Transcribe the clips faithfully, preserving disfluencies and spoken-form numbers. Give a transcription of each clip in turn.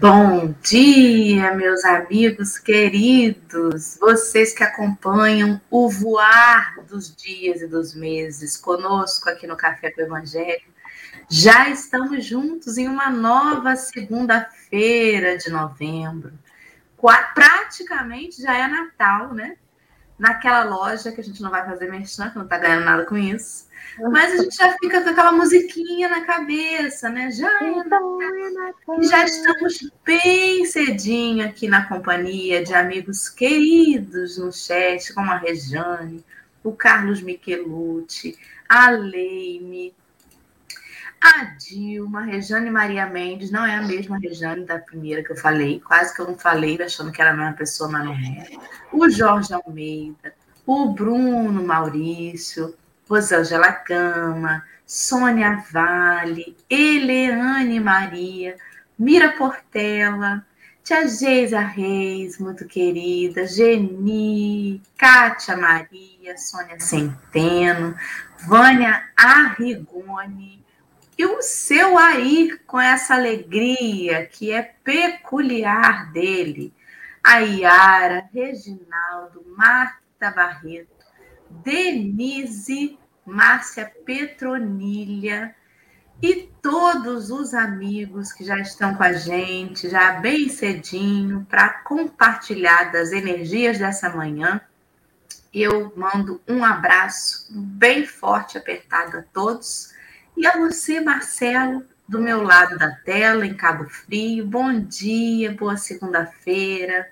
Bom dia, meus amigos queridos, vocês que acompanham o voar dos dias e dos meses conosco aqui no Café com o Evangelho. Já estamos juntos em uma nova segunda-feira de novembro. Praticamente já é Natal, né? Naquela loja que a gente não vai fazer merchan, que não está ganhando nada com isso. Mas a gente já fica com aquela musiquinha na cabeça, né? Já é Natal. E já estamos bem cedinho aqui na companhia de amigos queridos no chat, como a Rejane, o Carlos Michelucci, a Leime, a Dilma, a Rejane Maria Mendes, não é a mesma Rejane da primeira que eu falei, quase que eu não falei, achando que era a mesma pessoa, mas não é. O Jorge Almeida, o Bruno Maurício, Rosângela Gama, Sônia Vale, Eleane Maria, Mira Portela, Tia Geisa Reis, muito querida, Geni, Kátia Maria, Sônia Centeno, Vânia Arrigoni, e o seu aí, com essa alegria que é peculiar dele, a Yara, Reginaldo, Marta Barreto, Denise, Márcia Petronilha e todos os amigos que já estão com a gente, já bem cedinho, para compartilhar das energias dessa manhã. Eu mando um abraço bem forte, apertado a todos. E a você, Marcelo, do meu lado da tela, em Cabo Frio. Bom dia, boa segunda-feira.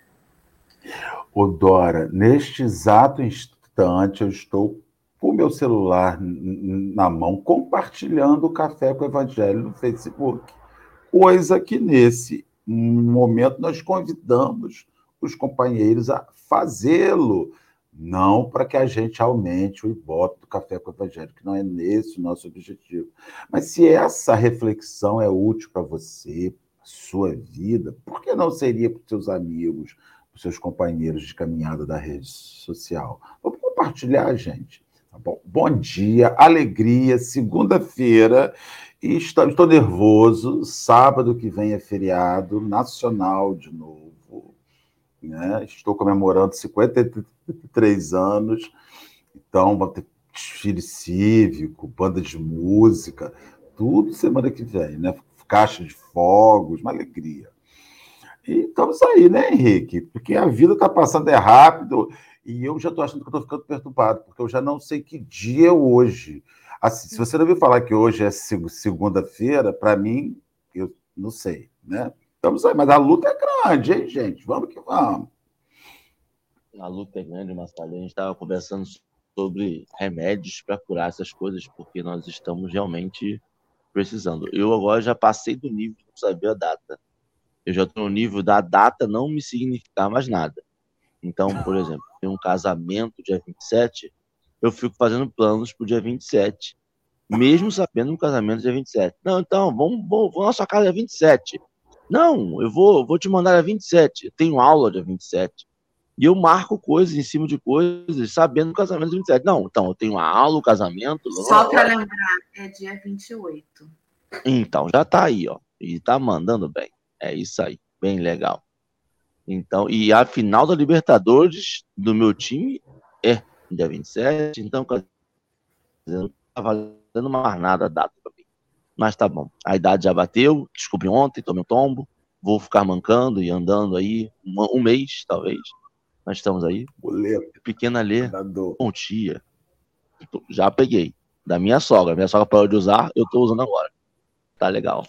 Ô Dora, neste exato instante eu estou com o meu celular na mão, compartilhando o Café com o Evangelho no Facebook. Coisa que nesse momento nós convidamos os companheiros a fazê-lo. Não para que a gente aumente o ibope do Café com o Evangelho, que não é nesse o nosso objetivo. Mas se essa reflexão é útil para você, a sua vida, por que não seria para os seus amigos, para os seus companheiros de caminhada da rede social? Vamos compartilhar, gente. Tá bom? Bom dia, alegria, segunda-feira, e estou, estou nervoso, sábado que vem é feriado nacional de novo. Né? Estou comemorando cinquenta e três anos, então vai ter desfile cívico, banda de música, tudo semana que vem, né? Caixa de fogos, uma alegria. E estamos aí, né, Henrique? Porque a vida está passando é rápido e eu já estou achando que estou ficando perturbado, porque eu já não sei que dia é hoje. Assim, se você não ouviu falar que hoje é segunda-feira, para mim, eu não sei, né? Estamos aí, mas a luta é grande, hein, gente? Vamos que vamos. A luta é grande, Marcelo. A gente estava conversando sobre remédios para curar essas coisas, porque nós estamos realmente precisando. Eu agora já passei do nível de não saber a data. Eu já estou no nível da data não me significar mais nada. Então, por exemplo, tem um casamento dia vinte e sete, eu fico fazendo planos para o dia vinte e sete, mesmo sabendo um casamento dia vinte e sete. Não, então, vamos, vamos, vamos na sua casa dia vinte e sete. Não, eu vou, vou te mandar dia vinte e sete. Eu tenho aula dia vinte e sete. E eu marco coisas em cima de coisas, sabendo o casamento dia vinte e sete. Não, então, eu tenho a aula, o casamento... Só para lembrar, é dia vinte e oito. Então, já tá aí, ó. E tá mandando bem. É isso aí, bem legal. Então, e a final da Libertadores do meu time é dia vinte e sete, então não tá valendo mais nada a data para mim. Mas tá bom, a idade já bateu, descobri ontem, tomei um tombo, vou ficar mancando e andando aí um, um mês, talvez. Nós estamos aí. Boleto. Pequena Lê, bom dia. Já peguei. Da minha sogra. Minha sogra parou de usar, eu tô usando agora. Tá legal.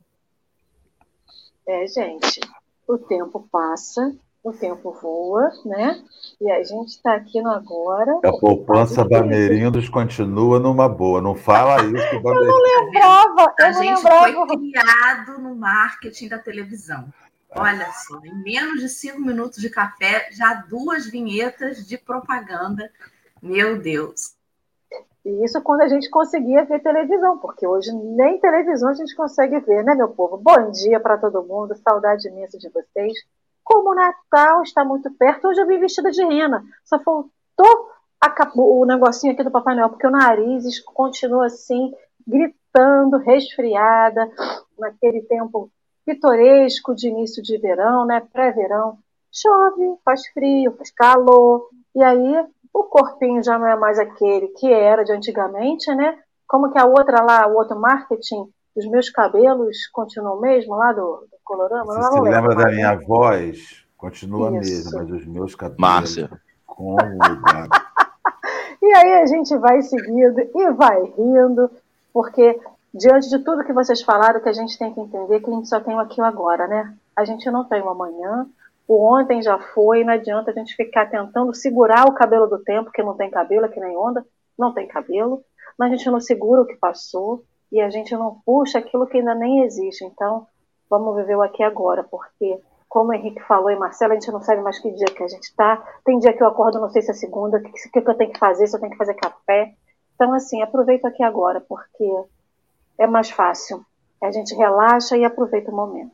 É, gente, o tempo passa, o tempo voa, né? E a gente está aqui no agora. A poupança Bameirindos continua numa boa. Não fala isso que o Eu não lembrava. Eu a não gente lembrava. foi criado no marketing da televisão. Olha só, em menos de cinco minutos de café, já duas vinhetas de propaganda. Meu Deus. E isso quando a gente conseguia ver televisão, porque hoje nem televisão a gente consegue ver, né, meu povo? Bom dia para todo mundo, saudade imensa de vocês. Como o Natal está muito perto, hoje eu vim vestida de rena. Só faltou a, o negocinho aqui do Papai Noel, porque o nariz continua assim, gritando, resfriada, naquele tempo pitoresco de início de verão, né? Pré-verão. Chove, faz frio, faz calor, e aí o corpinho já não é mais aquele que era de antigamente, né? Como que a outra lá, o outro marketing dos meus cabelos continua o mesmo lá do, do Colorama? Você Não, se não lembro lembra da mais, minha né? voz? Continua Isso. mesmo, mas os meus cabelos, Márcia. como mudaram. E aí a gente vai seguindo e vai rindo, porque diante de tudo que vocês falaram, que a gente tem que entender que a gente só tem o aqui e o agora, né? A gente não tem o amanhã, o ontem já foi, não adianta a gente ficar tentando segurar o cabelo do tempo, que não tem cabelo, é que nem onda, não tem cabelo, mas a gente não segura o que passou e a gente não puxa aquilo que ainda nem existe. Então, vamos viver o aqui e agora, porque como o Henrique falou e Marcela, a gente não sabe mais que dia que a gente está. Tem dia que eu acordo, não sei se é segunda, o que, que, que eu tenho que fazer, se eu tenho que fazer café. Então, assim, aproveita aqui agora, porque é mais fácil. A gente relaxa e aproveita o momento.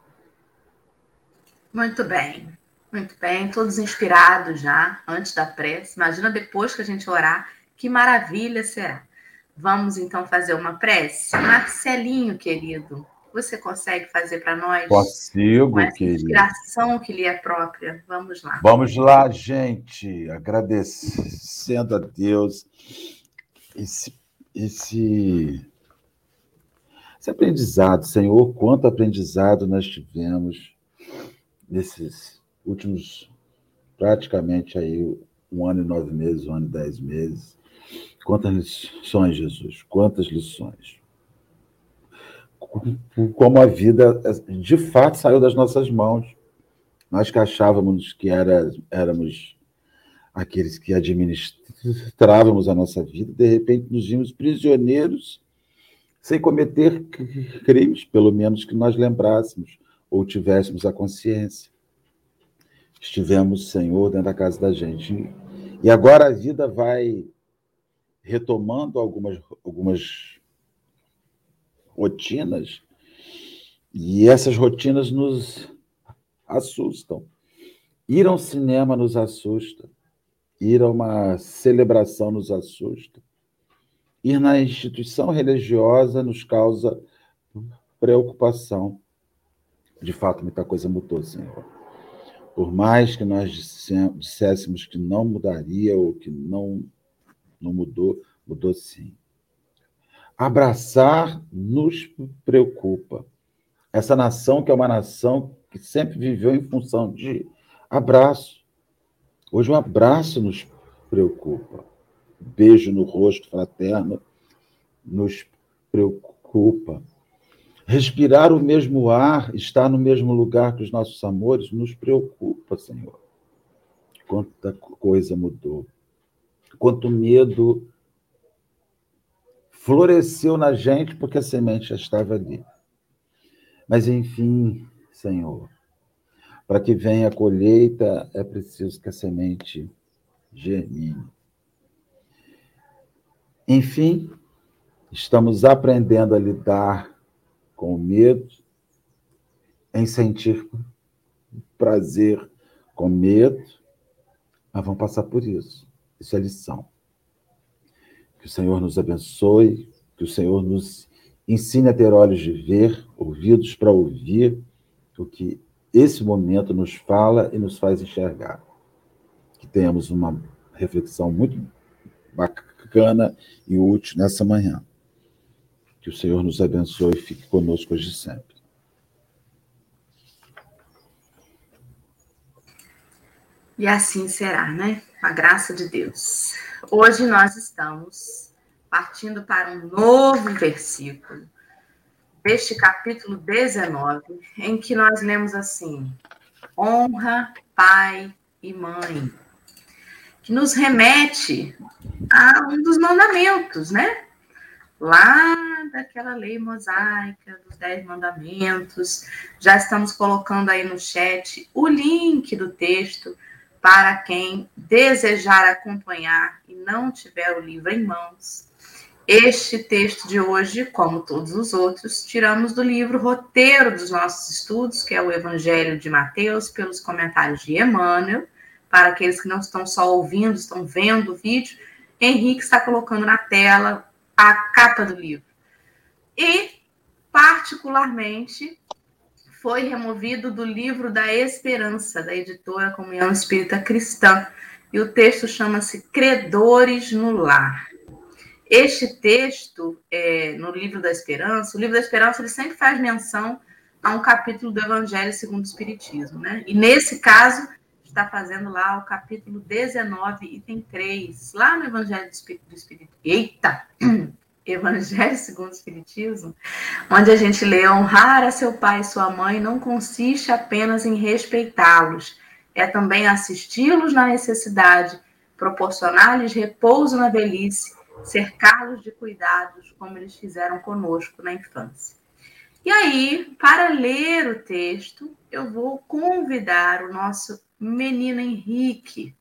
Muito bem, muito bem. Todos inspirados já, antes da prece. Imagina depois que a gente orar, que maravilha será. Vamos, então, fazer uma prece? Marcelinho, querido, você consegue fazer para nós? Consigo, com essa querido. inspiração que lhe é própria. Vamos lá. Vamos lá, gente, agradecendo a Deus esse, esse, esse aprendizado, Senhor, quanto aprendizado nós tivemos nesses últimos, praticamente aí, um ano e nove meses, um ano e dez meses. Quantas lições, Jesus, quantas lições. Como a vida, de fato, saiu das nossas mãos. Nós que achávamos que era, éramos aqueles que administrávamos a nossa vida, de repente nos vimos prisioneiros sem cometer crimes, pelo menos que nós lembrássemos ou tivéssemos a consciência. Estivemos, Senhor, dentro da casa da gente. E agora a vida vai retomando algumas, algumas rotinas, e essas rotinas nos assustam. Ir ao cinema nos assusta. Ir a uma celebração nos assusta. Ir na instituição religiosa nos causa preocupação. De fato, muita coisa mudou, Senhor. Por mais que nós disséssemos que não mudaria ou que não, não mudou, mudou sim. Abraçar nos preocupa. Essa nação que é uma nação que sempre viveu em função de abraço. Hoje um abraço nos preocupa. Beijo no rosto fraterno nos preocupa. Respirar o mesmo ar, estar no mesmo lugar que os nossos amores, nos preocupa, Senhor. Quanta coisa mudou. Quanto medo floresceu na gente porque a semente já estava ali. Mas, enfim, Senhor, para que venha a colheita, é preciso que a semente germine. Enfim, estamos aprendendo a lidar com o medo, em sentir prazer com medo, mas vamos passar por isso. Isso é lição. Que o Senhor nos abençoe, que o Senhor nos ensine a ter olhos de ver, ouvidos para ouvir o que esse momento nos fala e nos faz enxergar. Que tenhamos uma reflexão muito bacana e útil nessa manhã. Que o Senhor nos abençoe e fique conosco hoje e sempre. E assim será, né? Com a graça de Deus. Hoje nós estamos partindo para um novo versículo deste capítulo dezenove, em que nós lemos assim: honra pai e mãe, que nos remete a um dos mandamentos, né? Lá daquela lei mosaica dos dez mandamentos. Já estamos colocando aí no chat o link do texto para quem desejar acompanhar e não tiver o livro em mãos. Este texto de hoje, como todos os outros, tiramos do livro Roteiro dos Nossos Estudos, que é o Evangelho de Mateus, pelos comentários de Emmanuel. Para aqueles que não estão só ouvindo, estão vendo o vídeo, Henrique está colocando na tela a capa do livro. E, particularmente, foi removido do Livro da Esperança, da editora Comunhão Espírita Cristã, e o texto chama-se Credores no Lar. Este texto, é, no Livro da Esperança, o Livro da Esperança ele sempre faz menção a um capítulo do Evangelho segundo o Espiritismo, né? E nesse caso, está fazendo lá o capítulo dezenove, item três, lá no Evangelho do Espírito. Do Espírito eita! Evangelho segundo o Espiritismo, onde a gente lê: honrar a seu pai e sua mãe não consiste apenas em respeitá-los, é também assisti-los na necessidade, proporcionar-lhes repouso na velhice, cercá-los de cuidados, como eles fizeram conosco na infância. E aí, para ler o texto, eu vou convidar o nosso menino Henrique,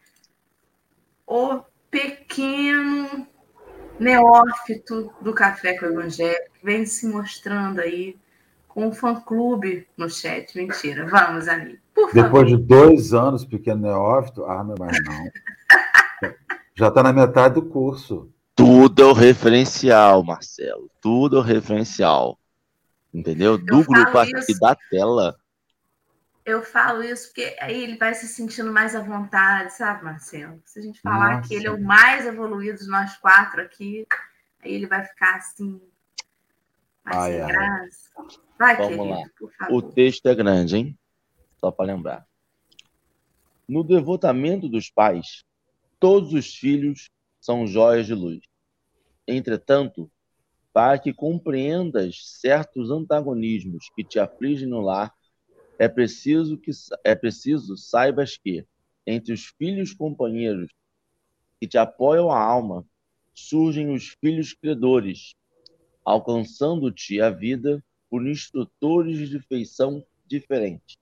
o pequeno neófito do Café com o Evangelho, que vem se mostrando aí com um fã-clube no chat. Mentira, vamos, amigo, por favor. Depois de dois anos, pequeno neófito, ah, meu, mas não. Já está na metade do curso. Tudo é o referencial, Marcelo. Tudo é o referencial. Entendeu? Do Eu grupo falo aqui isso- da tela. Eu falo isso porque aí ele vai se sentindo mais à vontade, sabe, Marcelo? Se a gente falar Nossa. que ele é o mais evoluído de nós quatro aqui, aí ele vai ficar assim, mais Ai, sem ai. graça. Vai, Vamos querido, lá. por O favor. texto é grande, hein? Só para lembrar. No devotamento dos pais, todos os filhos são joias de luz. Entretanto, para que compreendas certos antagonismos que te afligem no lar, é preciso que é preciso saibas que, entre os filhos companheiros que te apoiam a alma, surgem os filhos credores, alcançando-te a vida por instrutores de feição diferente.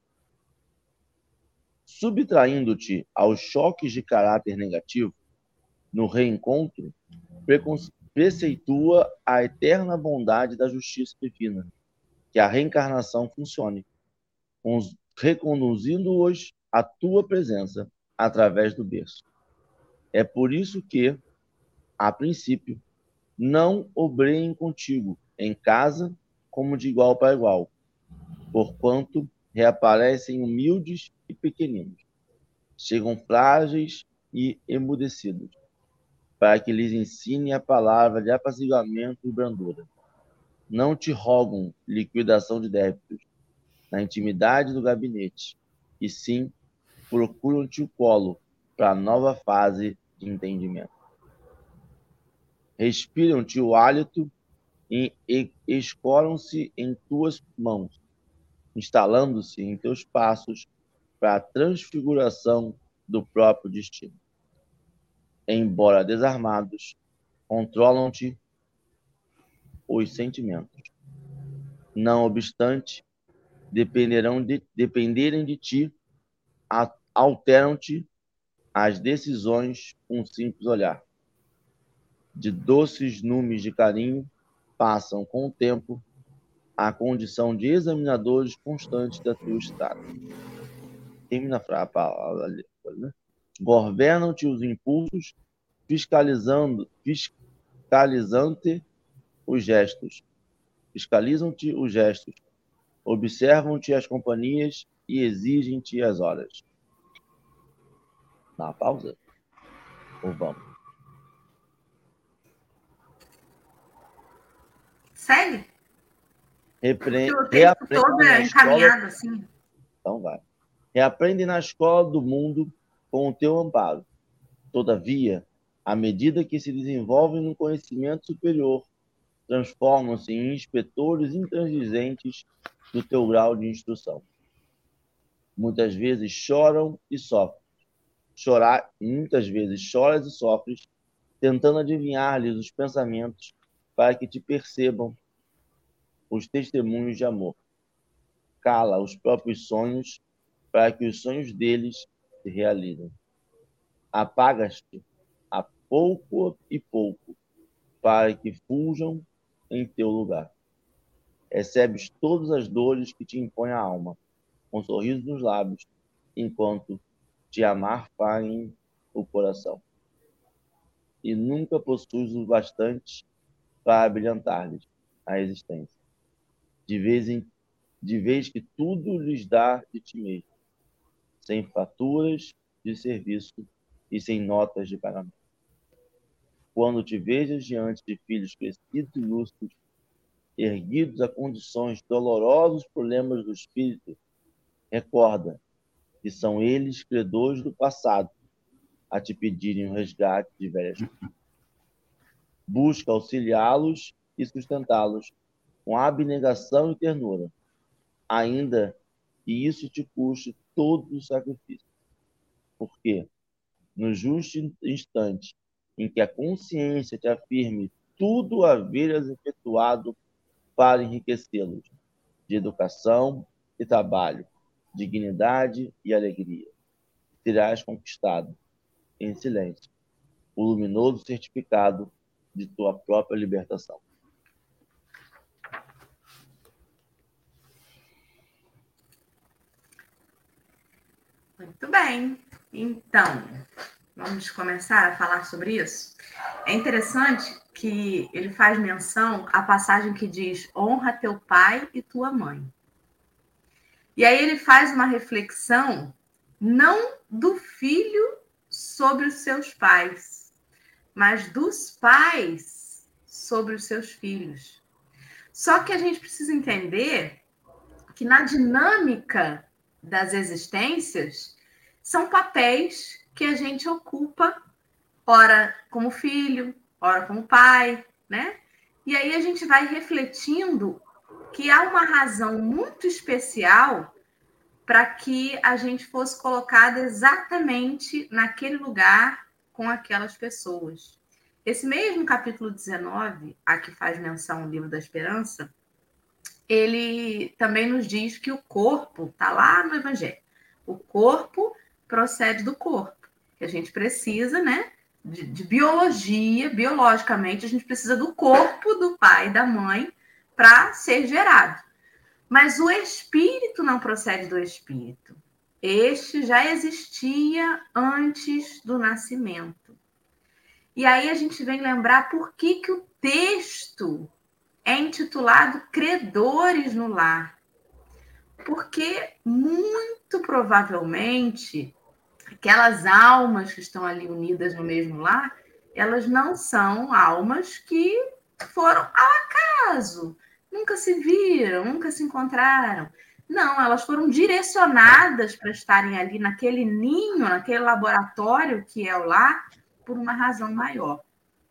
Subtraindo-te aos choques de caráter negativo, no reencontro, preceitua a eterna bondade da justiça divina, que a reencarnação funcione, reconduzindo-os à tua presença através do berço. É por isso que, a princípio, não obreiem contigo, em casa, como de igual para igual, porquanto reaparecem humildes e pequeninos, chegam frágeis e emudecidos, para que lhes ensine a palavra de apaziguamento e brandura. Não te rogam liquidação de débitos na intimidade do gabinete, e sim procuram-te o colo para a nova fase de entendimento. Respiram-te o hálito e escoram-se em tuas mãos, instalando-se em teus passos para a transfiguração do próprio destino. Embora desarmados, controlam-te os sentimentos. Não obstante, dependerão de, dependerem de ti, alteram-te as decisões com um simples olhar. De doces numes de carinho, passam com o tempo a condição de examinadores constantes da tua estrada. Termina a palavra ali, né? Governam-te os impulsos, fiscalizando, fiscalizando-te os gestos. Fiscalizam-te os gestos, observam-te as companhias e exigem-te as horas. Dá uma pausa? Ou vamos? Segue? Repre... Porque o texto todo é encaminhado escola... assim. Então vai. Reaprende na escola do mundo com o teu amparo. Todavia, à medida que se desenvolvem no conhecimento superior, transformam-se em inspetores intransigentes do teu grau de instrução. Muitas vezes choram e sofrem. Chorar, muitas vezes choras e sofres, tentando adivinhar-lhes os pensamentos para que te percebam os testemunhos de amor. Cala os próprios sonhos para que os sonhos deles se realizem. Apagas-te a pouco e pouco para que fuljam em teu lugar. Recebes todas as dores que te impõe a alma, com sorriso nos lábios, enquanto te amarfam o coração. E nunca possuis o bastante para brilhantar-lhes a existência. De vez em, de vez que tudo lhes dá de ti mesmo, sem faturas de serviço e sem notas de pagamento. Quando te vejas diante de filhos crescidos e lúcidos, erguidos a condições dolorosos problemas do espírito, recorda que são eles credores do passado a te pedirem o resgate de velhas coisas. Busca auxiliá-los e sustentá-los com abnegação e ternura, ainda que isso te custe todo o sacrifício. Porque, no justo instante em que a consciência te afirme tudo haveres efetuado para enriquecê-los de educação e trabalho, dignidade e alegria, terás conquistado, em silêncio, o luminoso certificado de tua própria libertação. Muito bem. Então, vamos começar a falar sobre isso? É interessante que ele faz menção à passagem que diz: honra teu pai e tua mãe. E aí ele faz uma reflexão não do filho sobre os seus pais, mas dos pais sobre os seus filhos. Só que a gente precisa entender que na dinâmica das existências são papéis que a gente ocupa, ora como filho, ora como pai, né? E aí a gente vai refletindo que há uma razão muito especial para que a gente fosse colocado exatamente naquele lugar com aquelas pessoas. Esse mesmo capítulo dezenove, a que faz menção o Livro da Esperança, ele também nos diz que o corpo, está lá no Evangelho, o corpo procede do corpo, que a gente precisa, né, de, de biologia, biologicamente, a gente precisa do corpo do pai e da mãe para ser gerado. Mas o espírito não procede do espírito. Este já existia antes do nascimento. E aí a gente vem lembrar por que, que o texto é intitulado Credores no Lar. Porque, muito provavelmente, aquelas almas que estão ali unidas no mesmo lar, elas não são almas que foram ao acaso, nunca se viram, nunca se encontraram. Não, elas foram direcionadas para estarem ali naquele ninho, naquele laboratório que é o lar, por uma razão maior.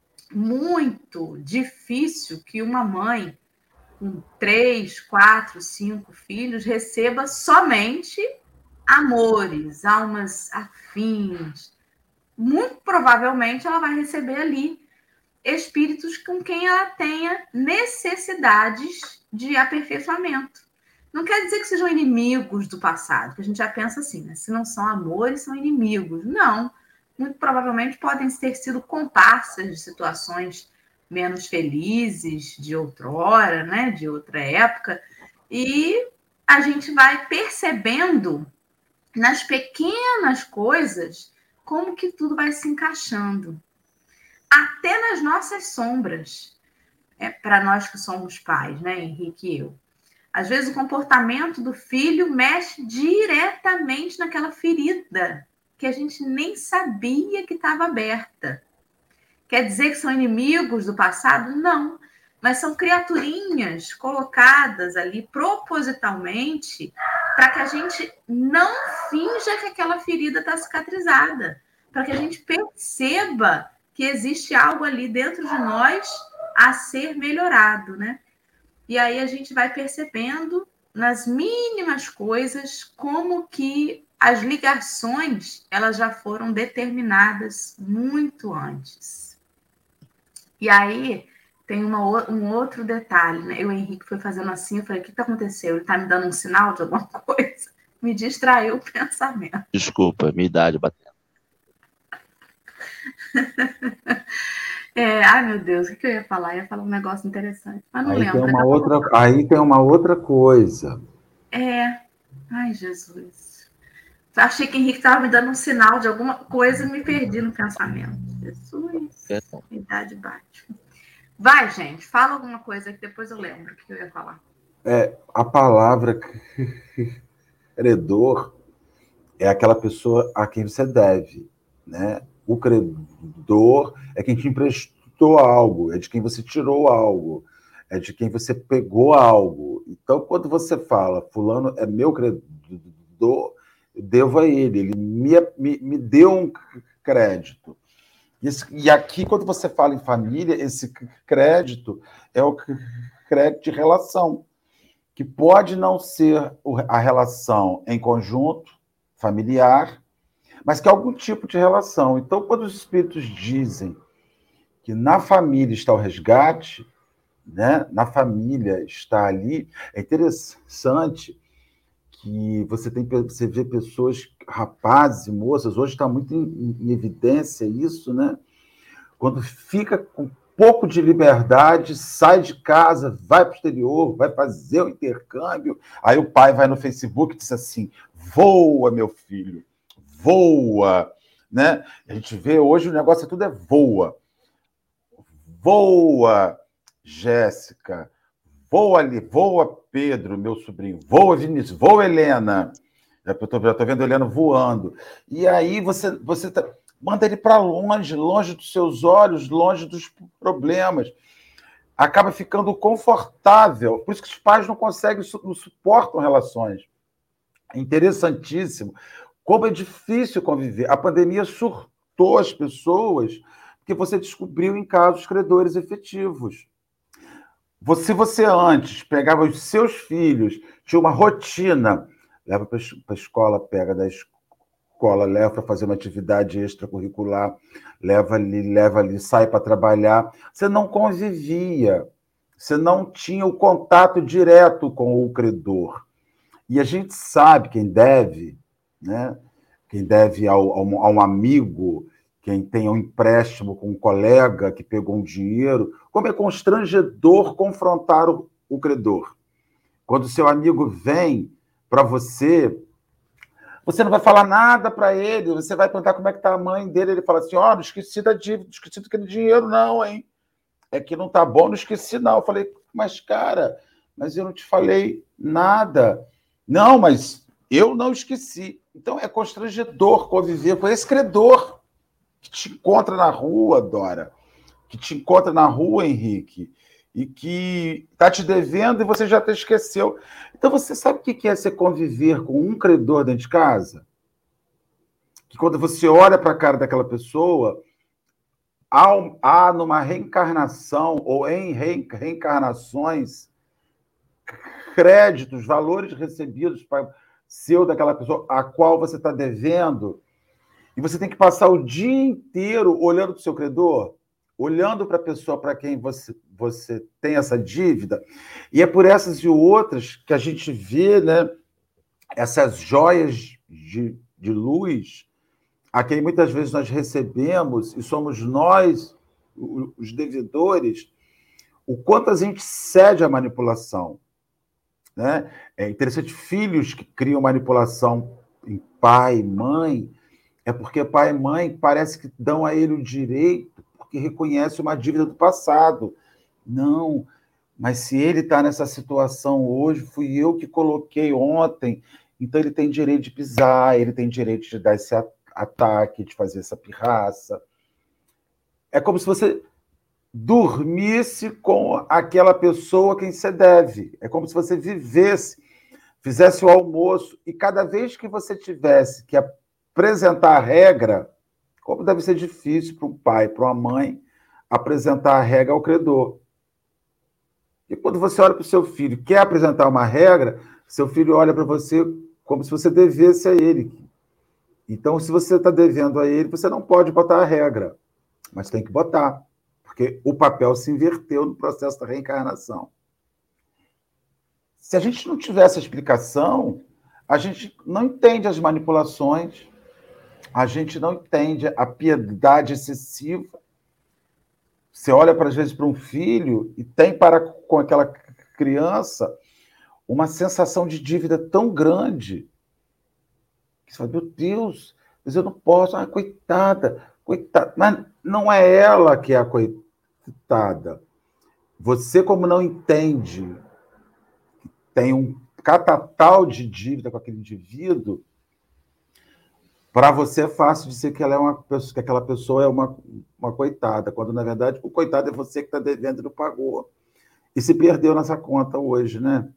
Muito difícil que uma mãe com três, quatro, cinco filhos receba somente amores, almas afins. Muito provavelmente ela vai receber ali espíritos com quem ela tenha necessidades de aperfeiçoamento. Não quer dizer que sejam inimigos do passado, que a gente já pensa assim, né? Se não são amores, são inimigos. Não. Muito provavelmente podem ter sido comparsas de situações menos felizes de outrora, né? De outra época. E a gente vai percebendo nas pequenas coisas como que tudo vai se encaixando. Até nas nossas sombras, é, para nós que somos pais, né, Henrique e eu. Às vezes o comportamento do filho mexe diretamente naquela ferida que a gente nem sabia que estava aberta. Quer dizer que são inimigos do passado? Não, mas são criaturinhas colocadas ali propositalmente para que a gente não finja que aquela ferida está cicatrizada, para que a gente perceba que existe algo ali dentro de nós a ser melhorado, né? E aí a gente vai percebendo nas mínimas coisas como que as ligações elas já foram determinadas muito antes. E aí tem uma, um outro detalhe, né? Eu, o Henrique foi fazendo assim, eu falei, o que está acontecendo? Ele está me dando um sinal de alguma coisa? Me distraiu o pensamento. Desculpa, minha idade batendo. É, ai, meu Deus, o que eu ia falar? Eu ia falar um negócio interessante, mas não aí lembro. Tem uma outra, aí tem uma outra coisa. É, ai, Jesus. Achei que o Henrique estava me dando um sinal de alguma coisa e me perdi no pensamento. Jesus, a idade bate. Vai, gente, fala alguma coisa que depois eu lembro o que eu ia falar. É, a palavra credor é aquela pessoa a quem você deve, né? O credor é quem te emprestou algo, é de quem você tirou algo, é de quem você pegou algo. Então, quando você fala, fulano é meu credor, eu devo a ele, ele me, me, me deu um crédito. Esse, e aqui, quando você fala em família, esse crédito é o crédito de relação, que pode não ser a relação em conjunto, familiar, mas que é algum tipo de relação. Então, quando os espíritos dizem que na família está o resgate, né? Na família está ali, é interessante que você tem você vê pessoas, rapazes e moças, hoje está muito em, em evidência isso, né? Quando fica com pouco de liberdade, sai de casa, vai para o exterior, vai fazer o intercâmbio, aí o pai vai no Facebook e diz assim, voa, meu filho, voa, né? A gente vê hoje o negócio tudo é voa. Voa, Jéssica, voa ali, voa Pedro, meu sobrinho, voa Vinícius, voa Helena. Já estou vendo a Helena voando. E aí você, você tá, manda ele para longe, longe dos seus olhos, longe dos problemas. Acaba ficando confortável. Por isso que os pais não conseguem, não suportam relações. É interessantíssimo. Como é difícil conviver. A pandemia surtou as pessoas porque você descobriu em casos credores efetivos. Se você antes pegava os seus filhos, tinha uma rotina, leva para a escola, pega da escola, leva para fazer uma atividade extracurricular, leva ali, leva ali, sai para trabalhar. Você não convivia, você não tinha o contato direto com o credor. E a gente sabe quem deve, né? Quem deve ao, ao, a um amigo, quem tem um empréstimo com um colega que pegou um dinheiro, como é constrangedor confrontar o, o credor. Quando o seu amigo vem para você, você não vai falar nada para ele, você vai perguntar como é que está a mãe dele, ele fala assim, ó, oh, não esqueci da dívida, não esqueci daquele dinheiro não, hein? É que não está bom, não esqueci não. Eu falei, mas cara, mas eu não te falei nada. Não, mas eu não esqueci. Então é constrangedor conviver com esse credor que te encontra na rua, Dora, que te encontra na rua, Henrique, e que está te devendo e você já até esqueceu. Então você sabe o que é você conviver com um credor dentro de casa? Que quando você olha para a cara daquela pessoa, há, há numa reencarnação ou em reencarnações créditos, valores recebidos para seu daquela pessoa a qual você está devendo, e você tem que passar o dia inteiro olhando para o seu credor, olhando para a pessoa para quem você, você tem essa dívida, e é por essas e outras que a gente vê, né, essas joias de, de luz a quem muitas vezes nós recebemos, e somos nós os devedores, o quanto a gente cede à manipulação. Né? É interessante, filhos que criam manipulação em pai, mãe, é porque pai e mãe parece que dão a ele o direito porque reconhece uma dívida do passado. Não, mas se ele está nessa situação hoje, fui eu que coloquei ontem, então ele tem direito de pisar, ele tem direito de dar esse ataque, de fazer essa pirraça. É como se você dormisse com aquela pessoa a quem você deve. É como se você vivesse, fizesse o almoço, e cada vez que você tivesse que apresentar a regra, como deve ser difícil para um pai, para uma mãe, apresentar a regra ao credor. E quando você olha para o seu filho, quer apresentar uma regra, seu filho olha para você como se você devesse a ele. Então, se você está devendo a ele, você não pode botar a regra, mas tem que botar. Porque o papel se inverteu no processo da reencarnação. Se a gente não tiver essa explicação, a gente não entende as manipulações, a gente não entende a piedade excessiva. Você olha, às vezes, para um filho e tem para com aquela criança uma sensação de dívida tão grande que você fala, meu Deus, mas eu não posso, ah, coitada, coitada. Mas não é ela que é a coitada. Você, como não entende tem um catatal de dívida com aquele indivíduo, para você é fácil dizer que ela é uma pessoa, que aquela pessoa é uma, uma coitada, quando na verdade o coitado é você que está devendo e não pagou. E se perdeu nessa conta hoje, né?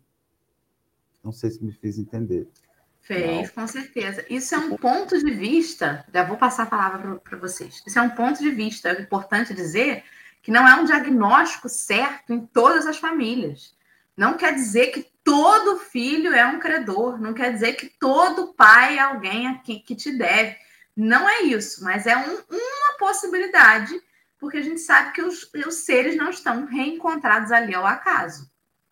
Não sei se me fiz entender. Fez, com certeza. Isso é um ponto de vista, já vou passar a palavra para vocês. Isso é um ponto de vista, é importante dizer que não é um diagnóstico certo em todas as famílias. Não quer dizer que todo filho é um credor, não quer dizer que todo pai é alguém aqui que te deve. Não é isso, mas é um, uma possibilidade, porque a gente sabe que os, os seres não estão reencontrados ali ao acaso.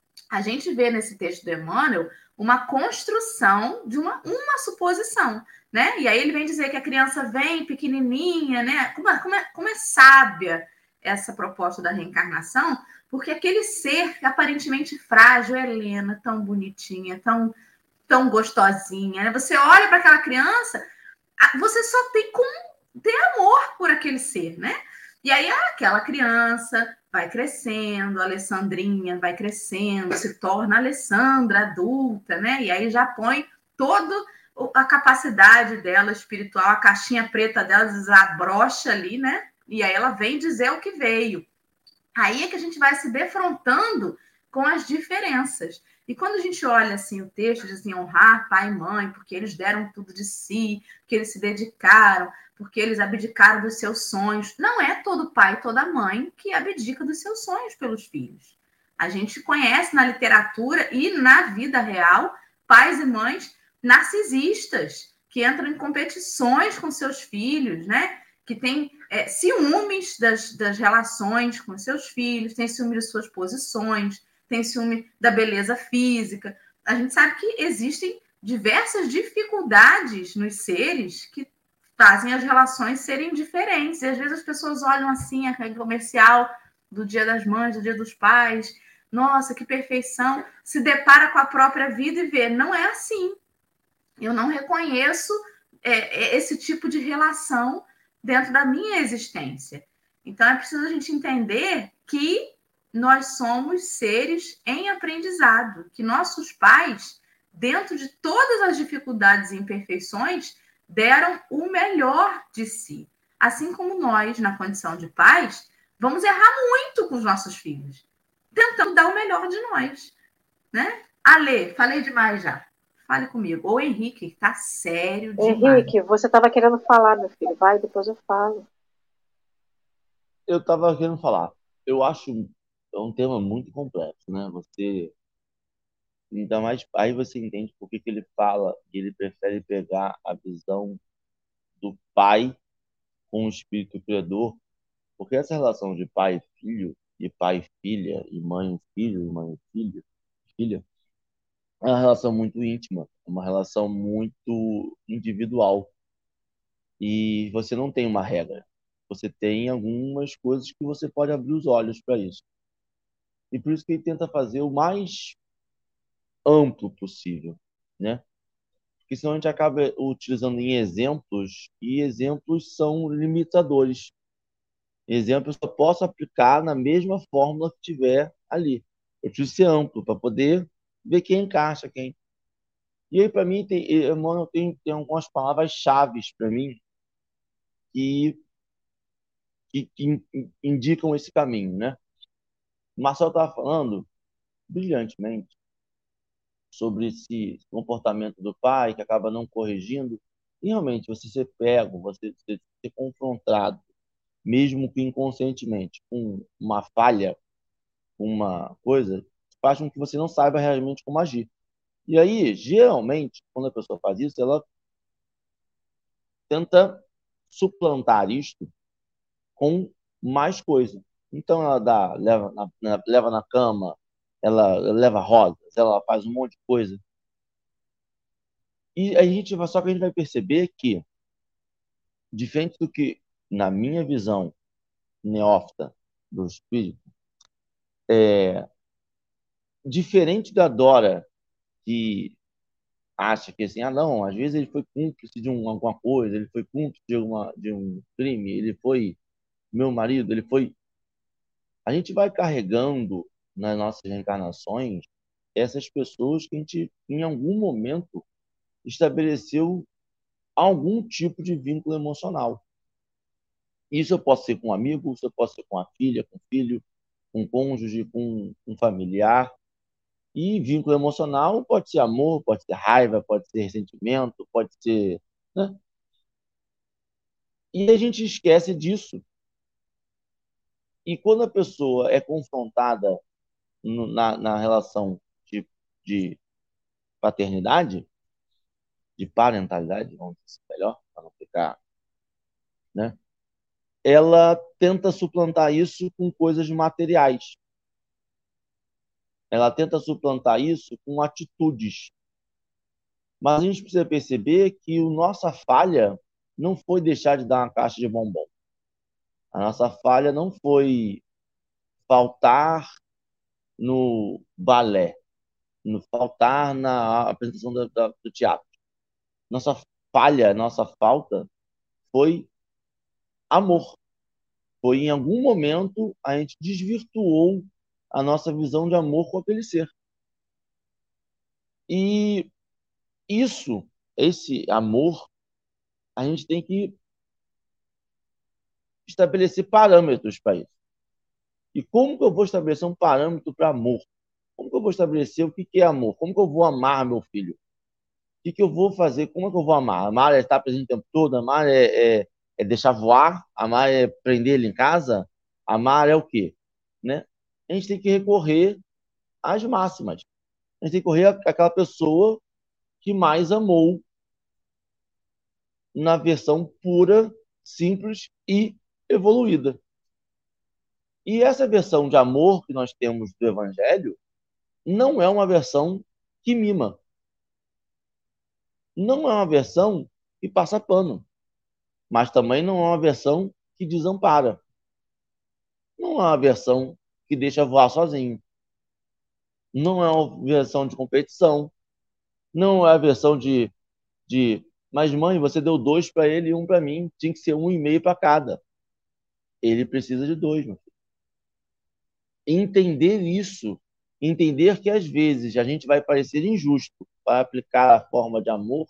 A gente vê nesse texto do Emmanuel uma construção de uma, uma suposição, né? E aí ele vem dizer que a criança vem pequenininha, né? Como é, como é, como é sábia essa proposta da reencarnação, porque aquele ser aparentemente frágil, Helena, tão bonitinha, tão, tão gostosinha, né? Você olha para aquela criança, você só tem como ter amor por aquele ser, né? E aí aquela criança vai crescendo, a Alessandrinha vai crescendo, se torna Alessandra adulta, né? E aí já põe toda a capacidade dela espiritual, a caixinha preta dela desabrocha ali, né? E aí ela vem dizer o que veio. Aí é que a gente vai se defrontando com as diferenças. E quando a gente olha assim o texto, diz assim, honrar pai e mãe, porque eles deram tudo de si, porque eles se dedicaram, porque eles abdicaram dos seus sonhos. Não é todo pai e toda mãe que abdica dos seus sonhos pelos filhos. A gente conhece na literatura e na vida real pais e mães narcisistas que entram em competições com seus filhos, né? Que tem é, ciúmes das, das relações com seus filhos, tem ciúme de suas posições, tem ciúme da beleza física. A gente sabe que existem diversas dificuldades nos seres que fazem as relações serem diferentes. E às vezes as pessoas olham assim, aquele comercial do Dia das Mães, do Dia dos Pais, nossa, que perfeição, se depara com a própria vida e vê, não é assim. Eu não reconheço é, esse tipo de relação dentro da minha existência. Então, é preciso a gente entender que nós somos seres em aprendizado, que nossos pais, dentro de todas as dificuldades e imperfeições, deram o melhor de si. Assim como nós, na condição de pais, vamos errar muito com os nossos filhos, tentando dar o melhor de nós, né? Ale, falei demais já. Fale comigo. Ou Henrique, tá sério demais. Henrique, você estava querendo falar, meu filho. Vai, depois eu falo. Eu estava querendo falar. Eu acho é um tema muito complexo, né? Você ainda mais aí você entende por que que ele fala que ele prefere pegar a visão do pai com o espírito criador, porque essa relação de pai e filho, e pai e filha, e mãe e filho, e mãe e filho, filha, é uma relação muito íntima, é uma relação muito individual. E você não tem uma regra. Você tem algumas coisas que você pode abrir os olhos para isso. E por isso que ele tenta fazer o mais amplo possível, né? Porque senão a gente acaba utilizando em exemplos, e exemplos são limitadores. Exemplos eu só posso aplicar na mesma fórmula que tiver ali. Eu preciso ser amplo para poder ver quem encaixa quem. E aí, para mim, tem, Emmanuel tem, tem algumas palavras-chave para mim que, que, que indicam esse caminho, né? O Marcelo estava falando brilhantemente sobre esse comportamento do pai que acaba não corrigindo. E realmente, você ser pego, você ser, ser confrontado, mesmo que inconscientemente, com uma falha, uma coisa, faz com que você não saiba realmente como agir. E aí, geralmente, quando a pessoa faz isso, ela tenta suplantar isto com mais coisa. Então, ela dá, leva na, na- leva na cama, ela leva rosas, ela faz um monte de coisa. E a gente vai, só que a gente vai perceber que, diferente do que, na minha visão neófita do espírito, é diferente da Dora, que acha que assim, ah, não, às vezes ele foi cúmplice de um, alguma coisa, ele foi cúmplice de, uma, de um crime, ele foi meu marido, ele foi. A gente vai carregando nas nossas reencarnações essas pessoas que a gente, em algum momento, estabeleceu algum tipo de vínculo emocional. Isso eu posso ser com um amigo, isso eu posso ser com a filha, com o filho, com o cônjuge, com um familiar. E vínculo emocional pode ser amor, pode ser raiva, pode ser ressentimento, pode ser, né? E a gente esquece disso. E quando a pessoa é confrontada no, na, na relação de, de paternidade, de parentalidade, vamos dizer melhor, para não ficar, né? Ela tenta suplantar isso com coisas materiais. Ela tenta suplantar isso com atitudes. Mas a gente precisa perceber que a nossa falha não foi deixar de dar uma caixa de bombom. A nossa falha não foi faltar no balé, no faltar na apresentação do, do teatro. Nossa falha, nossa falta foi amor. Foi em algum momento a gente desvirtuou a nossa visão de amor com aquele ser. E isso, esse amor, a gente tem que estabelecer parâmetros para isso. E como que eu vou estabelecer um parâmetro para amor? Como que eu vou estabelecer o que é amor? Como que eu vou amar meu filho? O que que eu vou fazer? Como é que eu vou amar? Amar é estar presente o tempo todo? Amar é, é, é deixar voar? Amar é prender ele em casa? Amar é o quê? Né? A gente tem que recorrer às máximas. A gente tem que recorrer àquela pessoa que mais amou na versão pura, simples e evoluída. E essa versão de amor que nós temos do Evangelho não é uma versão que mima. Não é uma versão que passa pano. Mas também não é uma versão que desampara. Não é uma versão que deixa voar sozinho. Não é uma versão de competição. Não é a versão de, de mas mãe, você deu dois para ele e um para mim. Tinha que ser um e meio para cada. Ele precisa de dois, meu filho. Entender isso, entender que às vezes a gente vai parecer injusto para aplicar a forma de amor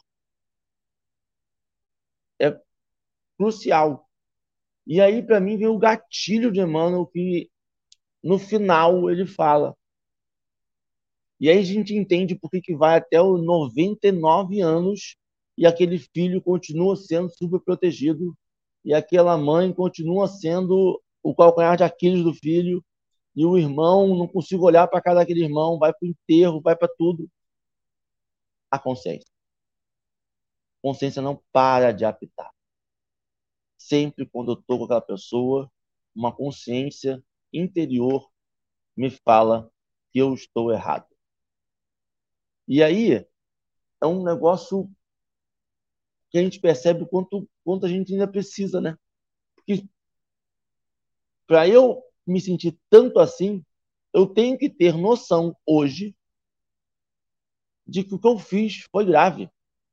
é crucial. E aí, para mim, vem o gatilho de Emmanuel que, no final, ele fala. E aí a gente entende por que vai até os noventa e nove anos e aquele filho continua sendo super protegido e aquela mãe continua sendo o calcanhar de Aquiles do filho e o irmão não consigo olhar para cada daquele irmão, vai para o enterro, vai para tudo. A consciência. A consciência não para de apitar. Sempre quando eu estou com aquela pessoa, uma consciência interior me fala que eu estou errado. E aí é um negócio que a gente percebe o quanto, quanto a gente ainda precisa, né? Porque para eu me sentir tanto assim, eu tenho que ter noção hoje de que o que eu fiz foi grave.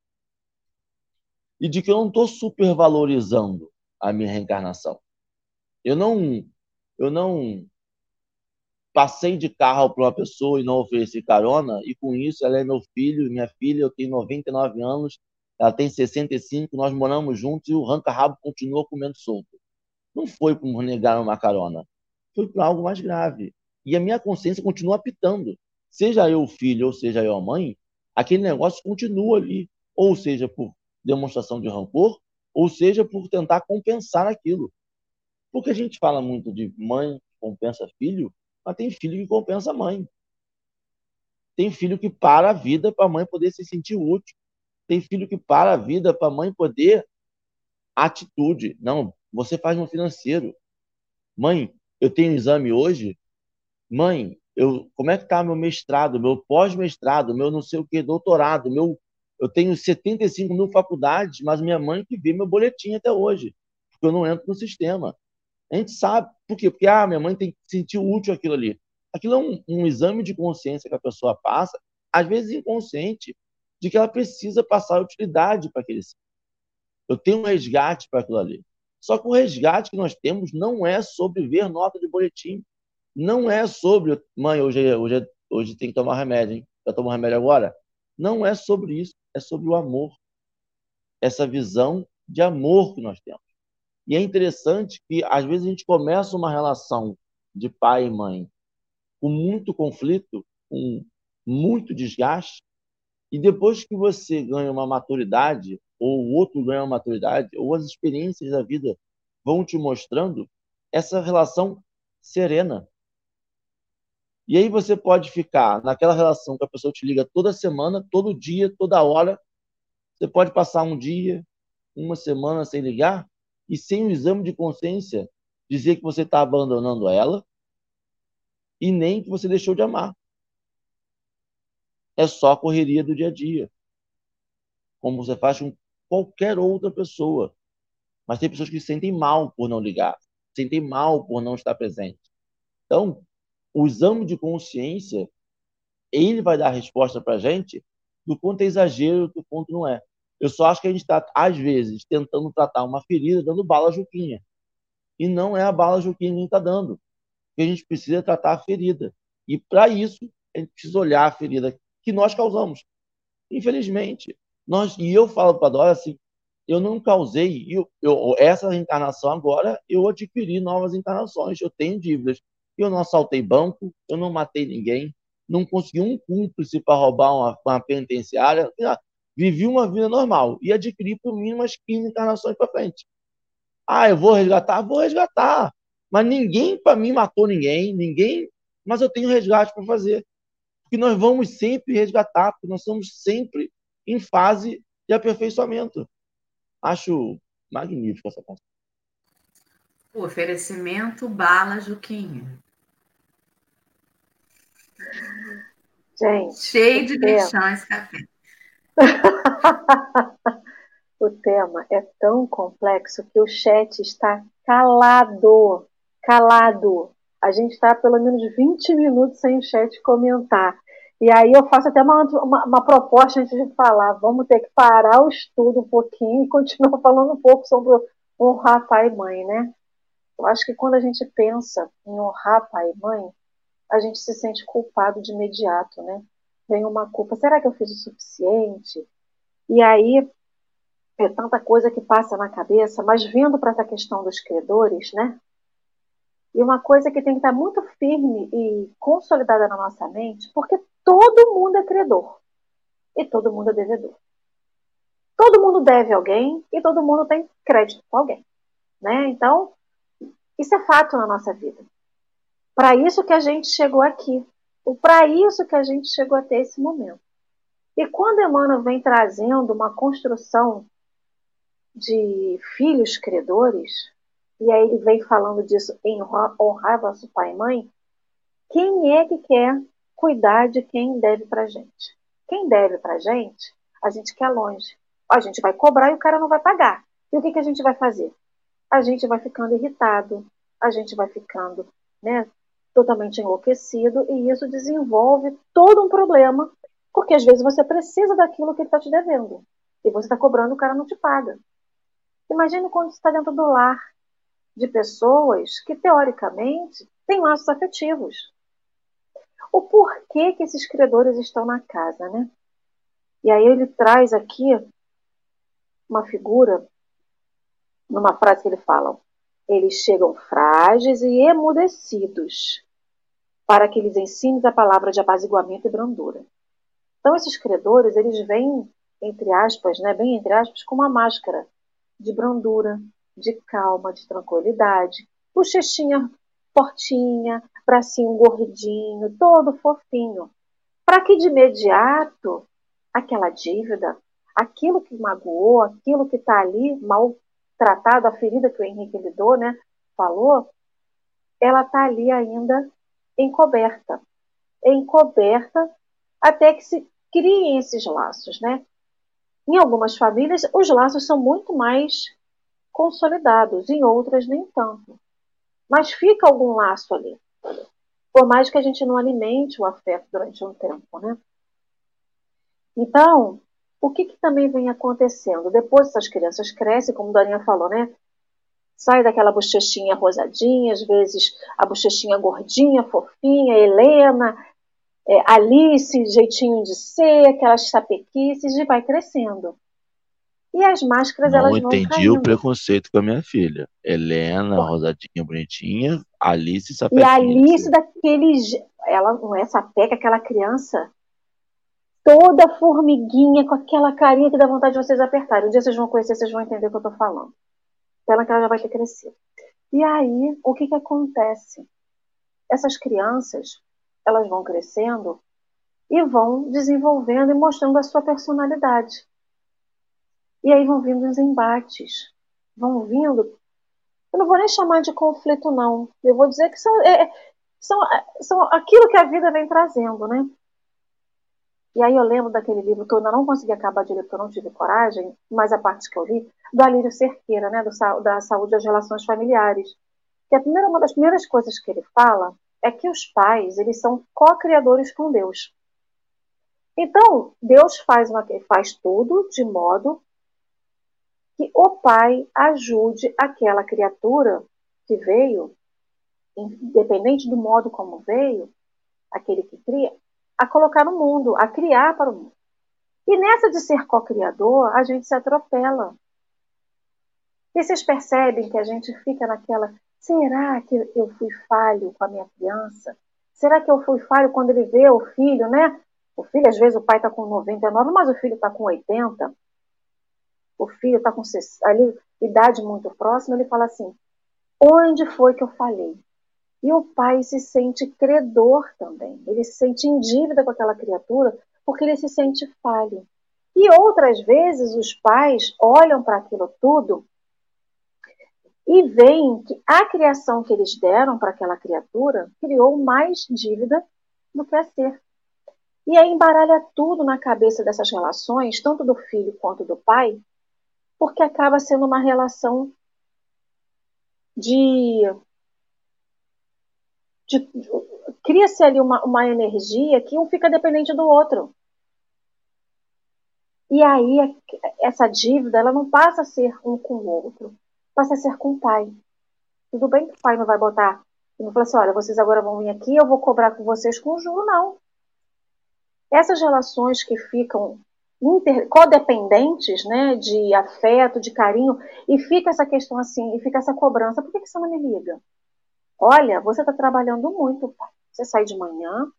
E de que eu não estou supervalorizando a minha reencarnação. Eu não, eu não passei de carro para uma pessoa e não ofereci carona, e com isso ela é meu filho, minha filha, eu tenho noventa e nove anos, ela tem sessenta e cinco, nós moramos juntos e o ranca-rabo continua comendo solto. Não foi por negar uma carona, foi por algo mais grave. E a minha consciência continua apitando. Seja eu o filho ou seja eu a mãe, aquele negócio continua ali. Ou seja, por demonstração de rancor, ou seja, por tentar compensar aquilo. Porque a gente fala muito de mãe que compensa filho, mas tem filho que compensa mãe. Tem filho que para a vida para a mãe poder se sentir útil. Tem filho que para a vida para a mãe poder atitude. Não, você faz no financeiro. Mãe, eu tenho exame hoje. Mãe, eu, como é que está meu mestrado, meu pós-mestrado, meu não sei o que, doutorado, meu, eu tenho setenta e cinco mil faculdades, mas minha mãe que vê meu boletim até hoje, porque eu não entro no sistema. A gente sabe. Por quê? Porque ah, minha mãe tem que sentir útil aquilo ali. Aquilo é um, um exame de consciência que a pessoa passa, às vezes inconsciente, de que ela precisa passar utilidade para aquele ser. Eu tenho um resgate para aquilo ali. Só que o resgate que nós temos não é sobre ver nota de boletim. Não é sobre, mãe, hoje, hoje, hoje tem que tomar remédio, hein? já tomou remédio agora? Não é sobre isso, é sobre o amor. Essa visão de amor que nós temos. E é interessante que, às vezes, a gente começa uma relação de pai e mãe com muito conflito, com muito desgaste, e depois que você ganha uma maturidade, ou o outro ganha uma maturidade, ou as experiências da vida vão te mostrando essa relação serena. E aí você pode ficar naquela relação que a pessoa te liga toda semana, todo dia, toda hora. Você pode passar um dia, uma semana sem ligar, e sem o exame de consciência dizer que você está abandonando ela e nem que você deixou de amar. É só a correria do dia a dia, como você faz com qualquer outra pessoa. Mas tem pessoas que se sentem mal por não ligar, se sentem mal por não estar presente. Então, o exame de consciência, ele vai dar a resposta para a gente do quanto é exagero, do quanto não é. Eu só acho que a gente está, às vezes, tentando tratar uma ferida dando bala Juquinha. E não é a bala Juquinha que a gente está dando. A gente precisa tratar a ferida. E, para isso, a gente precisa olhar a ferida que nós causamos. Infelizmente. Nós, e eu falo para a Dora assim, eu não causei, eu, eu, essa reencarnação agora, eu adquiri novas encarnações, eu tenho dívidas. Eu não assaltei banco, eu não matei ninguém, não consegui um cúmplice para roubar uma, uma penitenciária, vivi uma vida normal e adquiri por mim umas quinze encarnações para frente. Ah, eu vou resgatar? Vou resgatar. Mas ninguém para mim matou ninguém, ninguém, mas eu tenho resgate para fazer. Porque nós vamos sempre resgatar, porque nós estamos sempre em fase de aperfeiçoamento. Acho magnífico essa conversa. O oferecimento bala Juquinha. Gente, cheio de tema... bichão esse café. O tema é tão complexo que o chat está calado. Calado. A gente está pelo menos vinte minutos sem o chat comentar. E aí eu faço até uma, uma, uma proposta antes de falar. Vamos ter que parar o estudo um pouquinho e continuar falando um pouco sobre honrar pai e mãe, né? Eu acho que quando a gente pensa em honrar pai e mãe, a gente se sente culpado de imediato, né? Vem uma culpa. Será que eu fiz o suficiente? E aí é tanta coisa que passa na cabeça, mas vindo para essa questão dos credores, né? E uma coisa que tem que estar muito firme e consolidada na nossa mente, porque todo mundo é credor e todo mundo é devedor. Todo mundo deve alguém e todo mundo tem crédito com alguém, né? Então, isso é fato na nossa vida. Para isso que a gente chegou aqui. Para isso que a gente chegou até esse momento. E quando Emmanuel vem trazendo uma construção de filhos credores, e aí ele vem falando disso em honrar vosso pai e mãe, quem é que quer cuidar de quem deve pra gente? Quem deve pra gente, a gente quer longe. A gente vai cobrar e o cara não vai pagar. E o que, que a gente vai fazer? A gente vai ficando irritado, a gente vai ficando, né, totalmente enlouquecido, e isso desenvolve todo um problema, porque às vezes você precisa daquilo que ele está te devendo. E você está cobrando e o cara não te paga. Imagine quando você está dentro do lar de pessoas que, teoricamente, têm laços afetivos. O porquê que esses credores estão na casa, né? E aí ele traz aqui uma figura, numa frase que ele fala, eles chegam frágeis e emudecidos, para que lhes ensines a palavra de apaziguamento e brandura. Então, esses credores, eles vêm, entre aspas, né, bem entre aspas, com uma máscara de brandura, de calma, de tranquilidade, bochechinha fortinha, bracinho gordinho, todo fofinho, para que de imediato aquela dívida, aquilo que magoou, aquilo que está ali mal tratado, a ferida que o Henrique lidou, né, falou, ela está ali ainda encoberta, encoberta até que se criem esses laços, né? Em algumas famílias, os laços são muito mais consolidados, em outras nem tanto. Mas fica algum laço ali. Por mais que a gente não alimente o afeto durante um tempo, né? Então, o que, que também vem acontecendo? Depois essas crianças crescem, como a Dorinha falou, né? Sai daquela bochechinha rosadinha, às vezes a bochechinha gordinha, fofinha, Helena. é, Alice, jeitinho de ser, aquelas sapequices, e vai crescendo. E as máscaras, Não elas vão entendi o caindo. preconceito com a minha filha. Helena, rosadinha, bonitinha, Alice, E a sapequinha. Alice, daquele... je- ela não é sapeca, aquela criança toda formiguinha, com aquela carinha que dá vontade de vocês apertarem. Um dia vocês vão conhecer, vocês vão entender o que eu tô falando. Pena que ela já vai ter crescido. E aí, o que que acontece? Essas crianças, elas vão crescendo e vão desenvolvendo e mostrando a sua personalidade. E aí vão vindo os embates. Vão vindo... Eu não vou nem chamar de conflito, não. Eu vou dizer que são, é, são, são aquilo que a vida vem trazendo, né? E aí eu lembro daquele livro que eu ainda não consegui acabar de ler, porque eu não tive coragem, mas a parte que eu li, do Alírio Cerqueira, né, do, da saúde das relações familiares. Que a primeira, uma das primeiras coisas que ele fala é que os pais, eles são co-criadores com Deus. Então, Deus faz, uma, faz tudo de modo que o pai ajude aquela criatura que veio, independente do modo como veio, aquele que cria, a colocar no mundo, a criar para o mundo. E nessa de ser co-criador, a gente se atropela. E vocês percebem que a gente fica naquela, será que eu fui falho com a minha criança? Será que eu fui falho quando ele vê o filho, né? O filho, às vezes, o pai está com noventa e nove, mas o filho está com oitenta. O filho está com ali, idade muito próxima, ele fala assim, onde foi que eu falhei? E o pai se sente credor também. Ele se sente em dívida com aquela criatura porque ele se sente falho. E outras vezes os pais olham para aquilo tudo e veem que a criação que eles deram para aquela criatura criou mais dívida do que a ser. E aí embaralha tudo na cabeça dessas relações, tanto do filho quanto do pai, porque acaba sendo uma relação de... de, de cria-se ali uma, uma energia que um fica dependente do outro. E aí essa dívida, ela não passa a ser um com o outro, passa a ser com o pai. Tudo bem que o pai não vai botar, não fala assim, olha, vocês agora vão vir aqui, eu vou cobrar com vocês com juro, não. Essas relações que ficam inter, codependentes, né, de afeto, de carinho, e fica essa questão assim, e fica essa cobrança, por que, que você não me liga? Olha, você está trabalhando muito, pai. Você sai de manhã,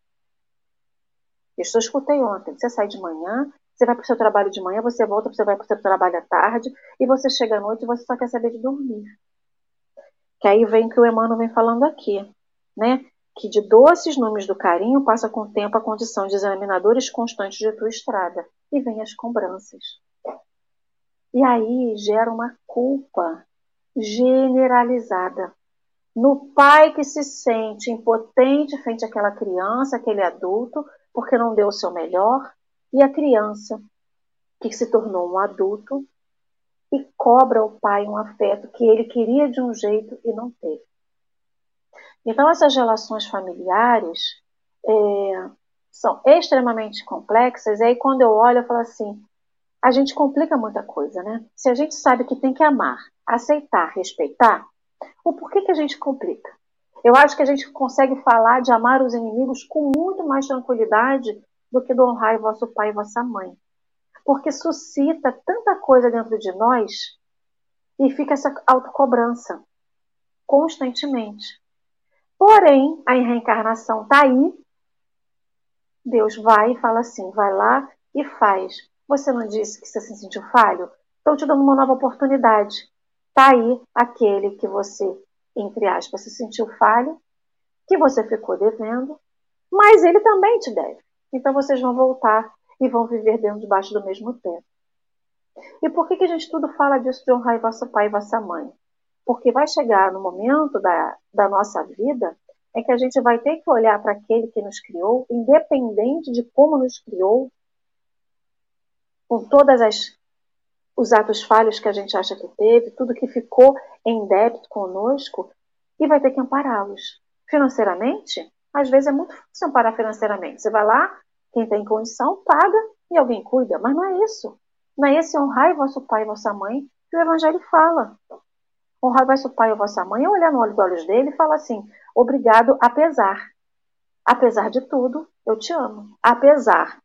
isso eu escutei ontem, você sai de manhã, você vai para o seu trabalho de manhã, você volta, você vai para o seu trabalho à tarde, e você chega à noite e você só quer saber de dormir. Que aí vem o que o Emmanuel vem falando aqui, né? Que de doces nomes do carinho passa com o tempo a condição de examinadores constantes de tua estrada. E vem as cobranças. E aí gera uma culpa generalizada no pai que se sente impotente frente àquela criança, aquele adulto, porque não deu o seu melhor, e a criança que se tornou um adulto e cobra ao pai um afeto que ele queria de um jeito e não teve. Então, essas relações familiares é, são extremamente complexas, e aí quando eu olho, eu falo assim, a gente complica muita coisa, né? Se a gente sabe que tem que amar, aceitar, respeitar, o porquê que a gente complica? Eu acho que a gente consegue falar de amar os inimigos com muito mais tranquilidade do que do honrar vosso pai e vossa mãe. Porque suscita tanta coisa dentro de nós e fica essa autocobrança constantemente. Porém, a reencarnação está aí, Deus vai e fala assim, vai lá e faz. Você não disse que você se sentiu falho? Estou te dando uma nova oportunidade. Está aí aquele que você, entre aspas, se sentiu falho, que você ficou devendo, mas ele também te deve. Então vocês vão voltar e vão viver dentro debaixo do mesmo teto. E por que, que a gente tudo fala disso de honrar vosso pai e vossa mãe? Porque vai chegar no momento da, da nossa vida em que a gente vai ter que olhar para aquele que nos criou, independente de como nos criou, com todas as os atos falhos que a gente acha que teve, tudo que ficou em débito conosco, e vai ter que ampará-los. Financeiramente, às vezes é muito fácil amparar financeiramente. Você vai lá, quem tem condição, paga e alguém cuida. Mas não é isso. Não é esse honrar vosso pai e vossa mãe que o Evangelho fala. Honrar vosso pai e vossa mãe é olhar no olho dos olhos dele e falar assim, obrigado apesar. Apesar de tudo, eu te amo. Apesar.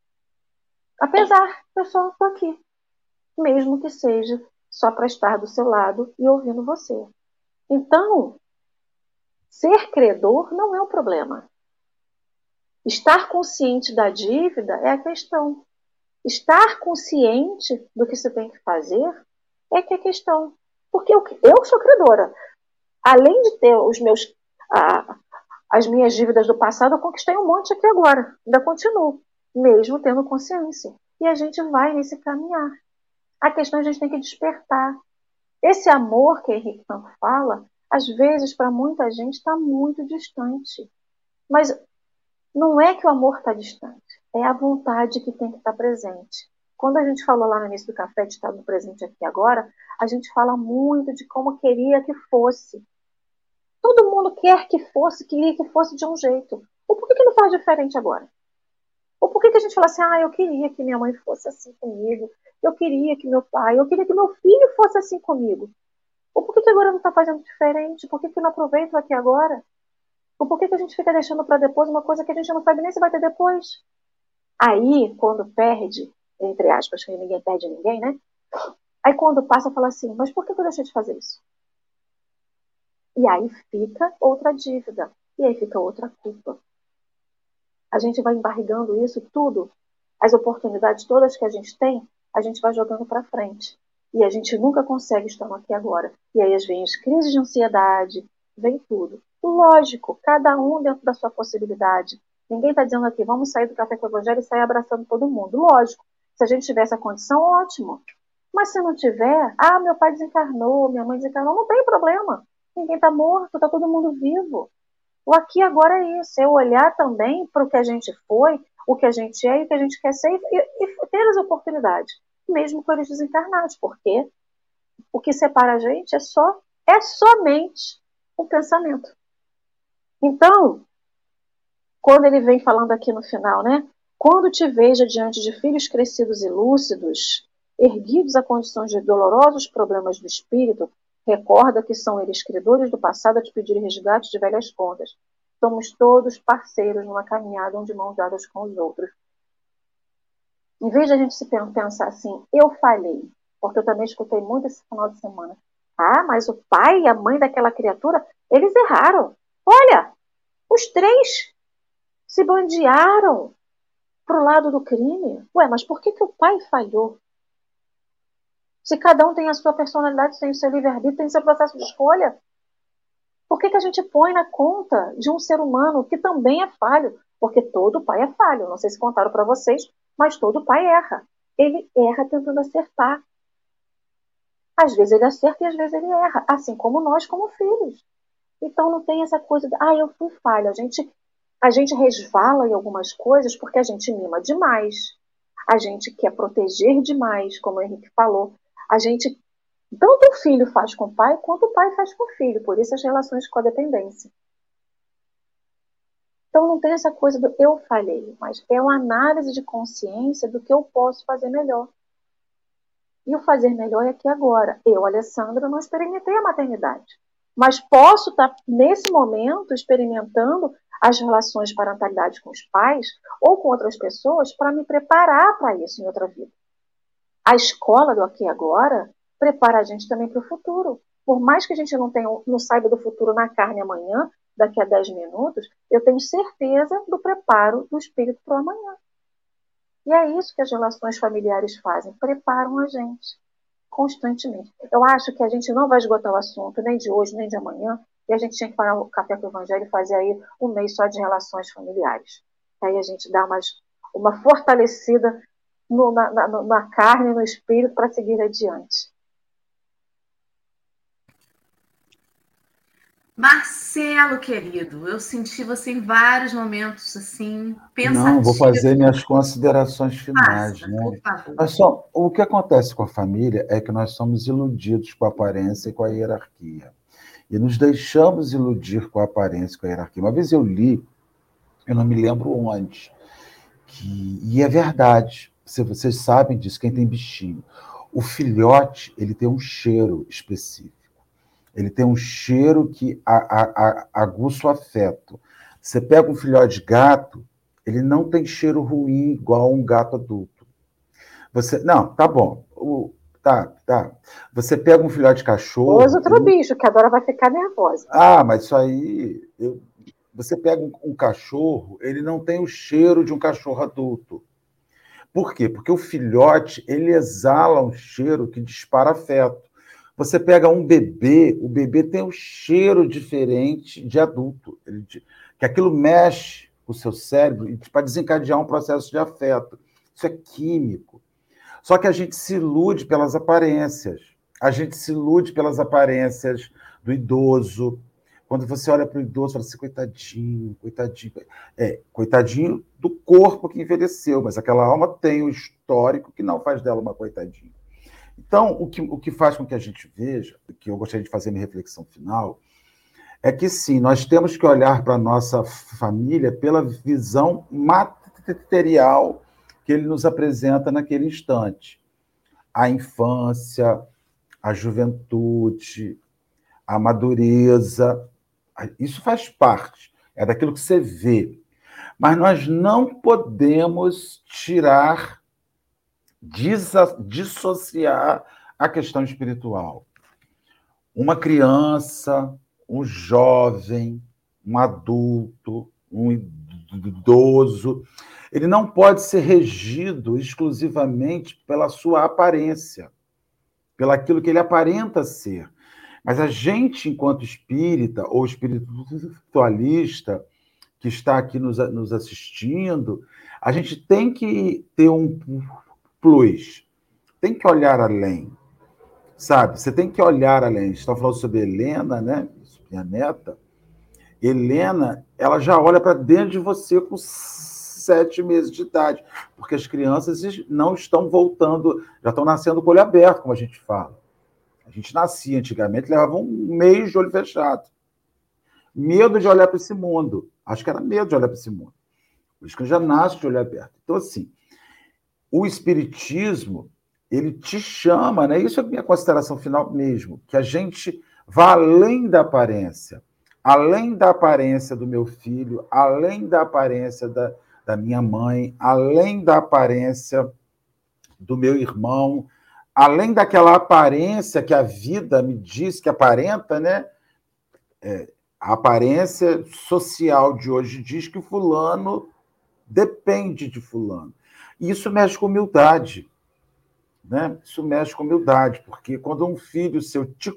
Apesar, eu só estou aqui. Mesmo que seja só para estar do seu lado e ouvindo você. Então, ser credor não é um problema. Estar consciente da dívida é a questão. Estar consciente do que você tem que fazer é que é a questão. Porque eu, eu sou credora. Além de ter os meus, ah, as minhas dívidas do passado, eu conquistei um monte aqui agora. Ainda continuo, mesmo tendo consciência. E a gente vai nesse caminhar. A questão é que a gente tem que despertar. Esse amor que Henrique tanto fala, às vezes, para muita gente, está muito distante. Mas não é que o amor está distante, é a vontade que tem que estar presente. Quando a gente falou lá no início do café de estar no presente aqui agora, a gente fala muito de como queria que fosse. Todo mundo quer que fosse, queria que fosse de um jeito. Ou por que, que não faz diferente agora? Ou por que, que a gente fala assim, ah, eu queria que minha mãe fosse assim comigo, eu queria que meu pai, eu queria que meu filho fosse assim comigo. Ou por que, que agora não está fazendo diferente? Por que, que eu não aproveito aqui agora? Ou por que, que a gente fica deixando para depois uma coisa que a gente não sabe nem se vai ter depois? Aí, quando perde, entre aspas, que ninguém perde ninguém, né? Aí quando passa, fala assim, mas por que, que eu deixei de fazer isso? E aí fica outra dívida. E aí fica outra culpa. A gente vai embarrigando isso tudo, as oportunidades todas que a gente tem, a gente vai jogando para frente. E a gente nunca consegue estar no aqui e agora. E aí vem as crises de ansiedade, vem tudo. Lógico, cada um dentro da sua possibilidade. Ninguém está dizendo aqui, vamos sair do café com o evangelho e sair abraçando todo mundo. Lógico, se a gente tiver essa condição, ótimo. Mas se não tiver, ah, meu pai desencarnou, minha mãe desencarnou, não tem problema. Ninguém está morto, está todo mundo vivo. O aqui agora é isso, é olhar também para o que a gente foi, o que a gente é e o que a gente quer ser e, e ter as oportunidades, mesmo com eles desencarnados, porque o que separa a gente é só, é somente o pensamento. Então, quando ele vem falando aqui no final, né? Quando te veja diante de filhos crescidos e lúcidos, erguidos a condições de dolorosos problemas do espírito, recorda que são eles credores do passado a te pedir resgate de velhas contas. Somos todos parceiros numa caminhada onde mãos dadas com os outros. Em vez de a gente se pensar assim, eu falhei, porque eu também escutei muito esse final de semana. Ah, mas o pai e a mãe daquela criatura, eles erraram. Olha, os três se bandearam pro lado do crime. Ué, mas por que, que o pai falhou? Se cada um tem a sua personalidade, tem o seu livre-arbítrio, tem o seu processo de escolha, por que, que a gente põe na conta de um ser humano que também é falho? Porque todo pai é falho. Não sei se contaram para vocês, mas todo pai erra. Ele erra tentando acertar. Às vezes ele acerta e às vezes ele erra. Assim como nós, como filhos. Então não tem essa coisa de, ah, eu fui falho. A gente, a gente resvala em algumas coisas porque a gente mima demais. A gente quer proteger demais, como o Henrique falou. A gente, tanto o filho faz com o pai, quanto o pai faz com o filho. Por isso as relações de codependência. Então não tem essa coisa do eu falhei, mas é uma análise de consciência do que eu posso fazer melhor. E o fazer melhor é aqui agora. Eu, Alessandra, não experimentei a maternidade. Mas posso estar, nesse momento, experimentando as relações de parentalidade com os pais ou com outras pessoas para me preparar para isso em outra vida. A escola do aqui e agora prepara a gente também para o futuro. Por mais que a gente não, tenha, não saiba do futuro na carne amanhã, daqui a dez minutos, eu tenho certeza do preparo do espírito para o amanhã. E é isso que as relações familiares fazem, preparam a gente constantemente. Eu acho que a gente não vai esgotar o assunto, nem de hoje, nem de amanhã, e a gente tinha que parar o Café com o Evangelho e fazer aí um mês só de relações familiares. Aí a gente dá umas, uma fortalecida no, na, na, na carne, no espírito, para seguir adiante. Marcelo, querido, eu senti você em vários momentos, assim, pensativos. Não, vou fazer minhas considerações finais. Faça, né? por favor. Mas só, o que acontece com a família é que nós somos iludidos com a aparência e com a hierarquia. E nos deixamos iludir com a aparência e com a hierarquia. Uma vez eu li, eu não me lembro onde, que, e é verdade, se vocês sabem disso, quem tem bichinho, o filhote ele tem um cheiro específico. Ele tem um cheiro que aguça o afeto. Você pega um filhote de gato, ele não tem cheiro ruim igual um gato adulto. Você, não, tá bom. O, tá, tá. Você pega um filhote de cachorro... Ou outro ele... bicho, que agora vai ficar nervosa. Ah, mas isso aí... Eu, você pega um, um cachorro, ele não tem o cheiro de um cachorro adulto. Por quê? Porque o filhote, ele exala um cheiro que dispara afeto. Você pega um bebê, o bebê tem um cheiro diferente de adulto. Ele, que aquilo mexe com o seu cérebro para desencadear um processo de afeto. Isso é químico. Só que a gente se ilude pelas aparências. A gente se ilude pelas aparências do idoso. Quando você olha para o idoso, fala assim, coitadinho, coitadinho. É, coitadinho do corpo que envelheceu, mas aquela alma tem o histórico que não faz dela uma coitadinha. Então, o que, o que faz com que a gente veja, que eu gostaria de fazer minha reflexão final, é que sim, nós temos que olhar para a nossa família pela visão material que ele nos apresenta naquele instante. A infância, a juventude, a madureza, isso faz parte, é daquilo que você vê. Mas nós não podemos tirar, dissociar a questão espiritual. Uma criança, um jovem, um adulto, um idoso, ele não pode ser regido exclusivamente pela sua aparência, pelaquilo que ele aparenta ser. Mas a gente, enquanto espírita ou espiritualista, que está aqui nos, nos assistindo, a gente tem que ter um plus, tem que olhar além, sabe? Você tem que olhar além. A gente está falando sobre Helena, né? Minha neta. Helena, ela já olha para dentro de você com sete meses de idade, porque as crianças não estão voltando, já estão nascendo com o olho aberto, como a gente fala. A gente nascia antigamente, levava um mês de olho fechado. Medo de olhar para esse mundo. Acho que era medo de olhar para esse mundo. Por isso que já nasce de olho aberto. Então, assim, o espiritismo, ele te chama, né? Isso é a minha consideração final mesmo, que a gente vá além da aparência. Além da aparência do meu filho, além da aparência da, da minha mãe, além da aparência do meu irmão, além daquela aparência que a vida me diz que aparenta, né? É, a aparência social de hoje diz que fulano depende de fulano. E isso mexe com humildade, né? Isso mexe com humildade, porque quando um filho seu te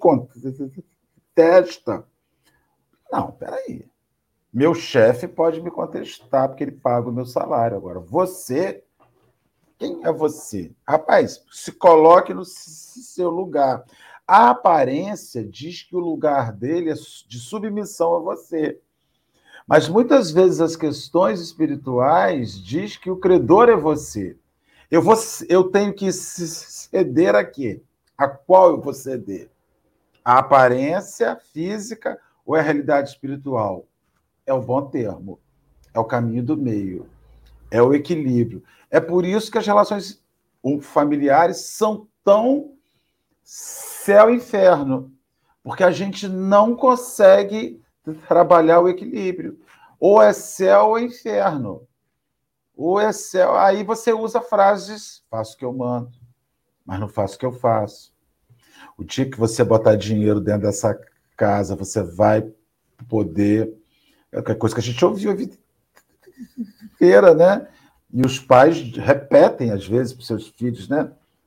contesta, não, peraí, meu chefe pode me contestar porque ele paga o meu salário. Agora, você... Quem é você? Rapaz, se coloque no seu lugar. A aparência diz que o lugar dele é de submissão a você. Mas muitas vezes as questões espirituais diz que o credor é você. Eu, vou, eu tenho que ceder a quê? A qual eu vou ceder? A aparência física ou é a realidade espiritual? É o bom termo. É o caminho do meio. É o equilíbrio. É por isso que as relações familiares são tão céu e inferno, porque a gente não consegue trabalhar o equilíbrio. Ou é céu ou é inferno. Ou é céu... Aí você usa frases, faço o que eu mando, mas não faço o que eu faço. O dia que você botar dinheiro dentro dessa casa, você vai poder... É uma coisa que a gente ouviu a vida inteira, né? E os pais repetem, às vezes, para os seus filhos, né?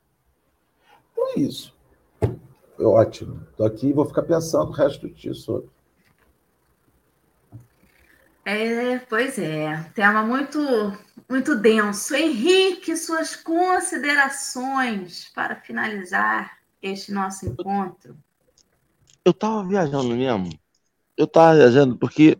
Então é isso. Ótimo. Estou aqui e vou ficar pensando o resto do dia sobre. É, pois é. Tema muito, muito denso. Henrique, suas considerações para finalizar este nosso encontro. Eu estava viajando mesmo. Eu estava viajando porque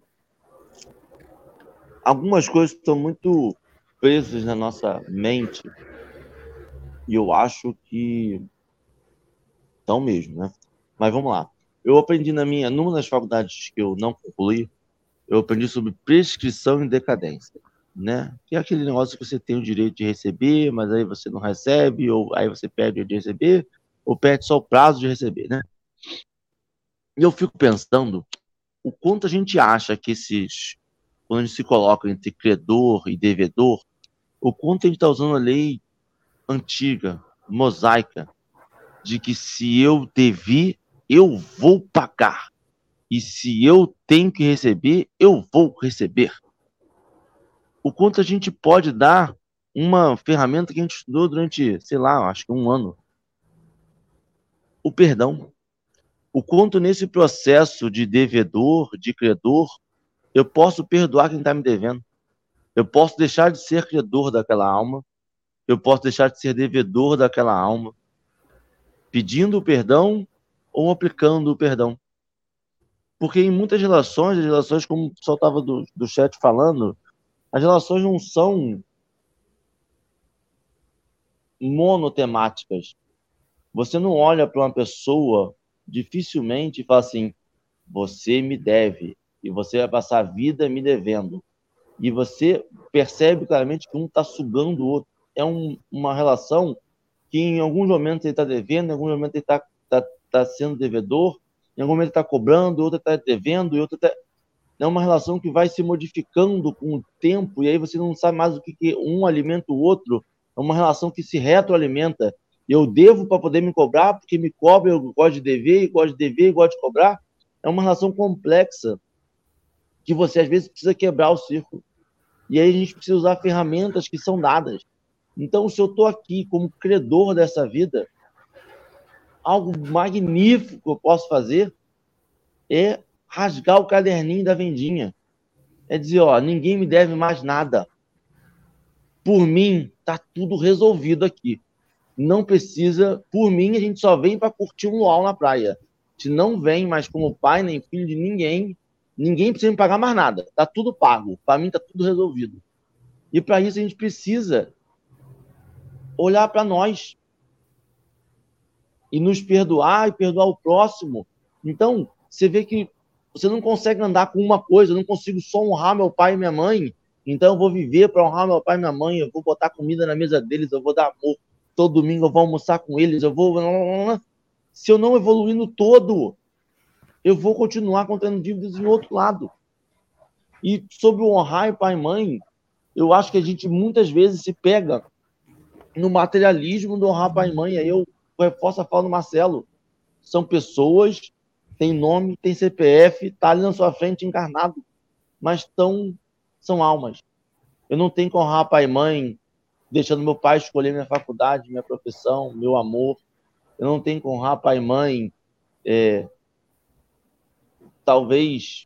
algumas coisas estão muito presas na nossa mente e eu acho que estão mesmo, né? Mas vamos lá. Eu aprendi na minha, numa das faculdades que eu não concluí, eu aprendi sobre prescrição e decadência, né? Que é aquele negócio que você tem o direito de receber, mas aí você não recebe, ou aí você perde o direito de receber, ou perde só o prazo de receber, né? E eu fico pensando o quanto a gente acha que esses quando a gente se coloca entre credor e devedor, o quanto a gente está usando a lei antiga, mosaica, de que se eu devi, eu vou pagar. E se eu tenho que receber, eu vou receber. O quanto a gente pode dar uma ferramenta que a gente estudou durante, sei lá, acho que um ano. O perdão. O quanto nesse processo de devedor, de credor, eu posso perdoar quem está me devendo. Eu posso deixar de ser credor daquela alma. Eu posso deixar de ser devedor daquela alma. Pedindo o perdão ou aplicando o perdão. Porque em muitas relações, as relações, como o pessoal estava do, do chat falando, as relações não são monotemáticas. Você não olha para uma pessoa dificilmente e fala assim, você me deve, e você vai passar a vida me devendo. E você percebe claramente que um está sugando o outro. É um, uma relação que em alguns momentos ele está devendo, em alguns momentos ele está tá, tá sendo devedor, em algum momento ele está cobrando, outro está devendo, e outro está... É uma relação que vai se modificando com o tempo, e aí você não sabe mais o que, que um alimenta o outro. É uma relação que se retroalimenta. Eu devo para poder me cobrar, porque me cobra, eu gosto de dever, e gosto de dever, e gosto de cobrar. É uma relação complexa, que você às vezes precisa quebrar o círculo. E aí a gente precisa usar ferramentas que são dadas. Então, se eu estou aqui como credor dessa vida, algo magnífico que eu posso fazer é rasgar o caderninho da vendinha. É dizer, ó, ninguém me deve mais nada. Por mim, tá tudo resolvido aqui. Não precisa... Por mim, a gente só vem para curtir um luau na praia. A gente não vem mais como pai nem filho de ninguém. Ninguém precisa me pagar mais nada. Tá tudo pago. Para mim, tá tudo resolvido. E para isso, a gente precisa olhar para nós e nos perdoar e perdoar o próximo. Então, você vê que você não consegue andar com uma coisa. Eu não consigo só honrar meu pai e minha mãe. Então, eu vou viver para honrar meu pai e minha mãe. Eu vou botar comida na mesa deles. Eu vou dar amor. Todo domingo eu vou almoçar com eles. Eu vou... Se eu não evoluir no todo, eu vou continuar contendo dívidas em outro lado. E sobre o honrar pai e mãe, eu acho que a gente muitas vezes se pega no materialismo do honrar pai e mãe. Aí eu reforço a fala do Marcelo. São pessoas, tem nome, tem C P F, tá ali na sua frente encarnado, mas tão, são almas. Eu não tenho que honrar pai e mãe deixando meu pai escolher minha faculdade, minha profissão, meu amor. Eu não tenho que honrar pai e mãe é, talvez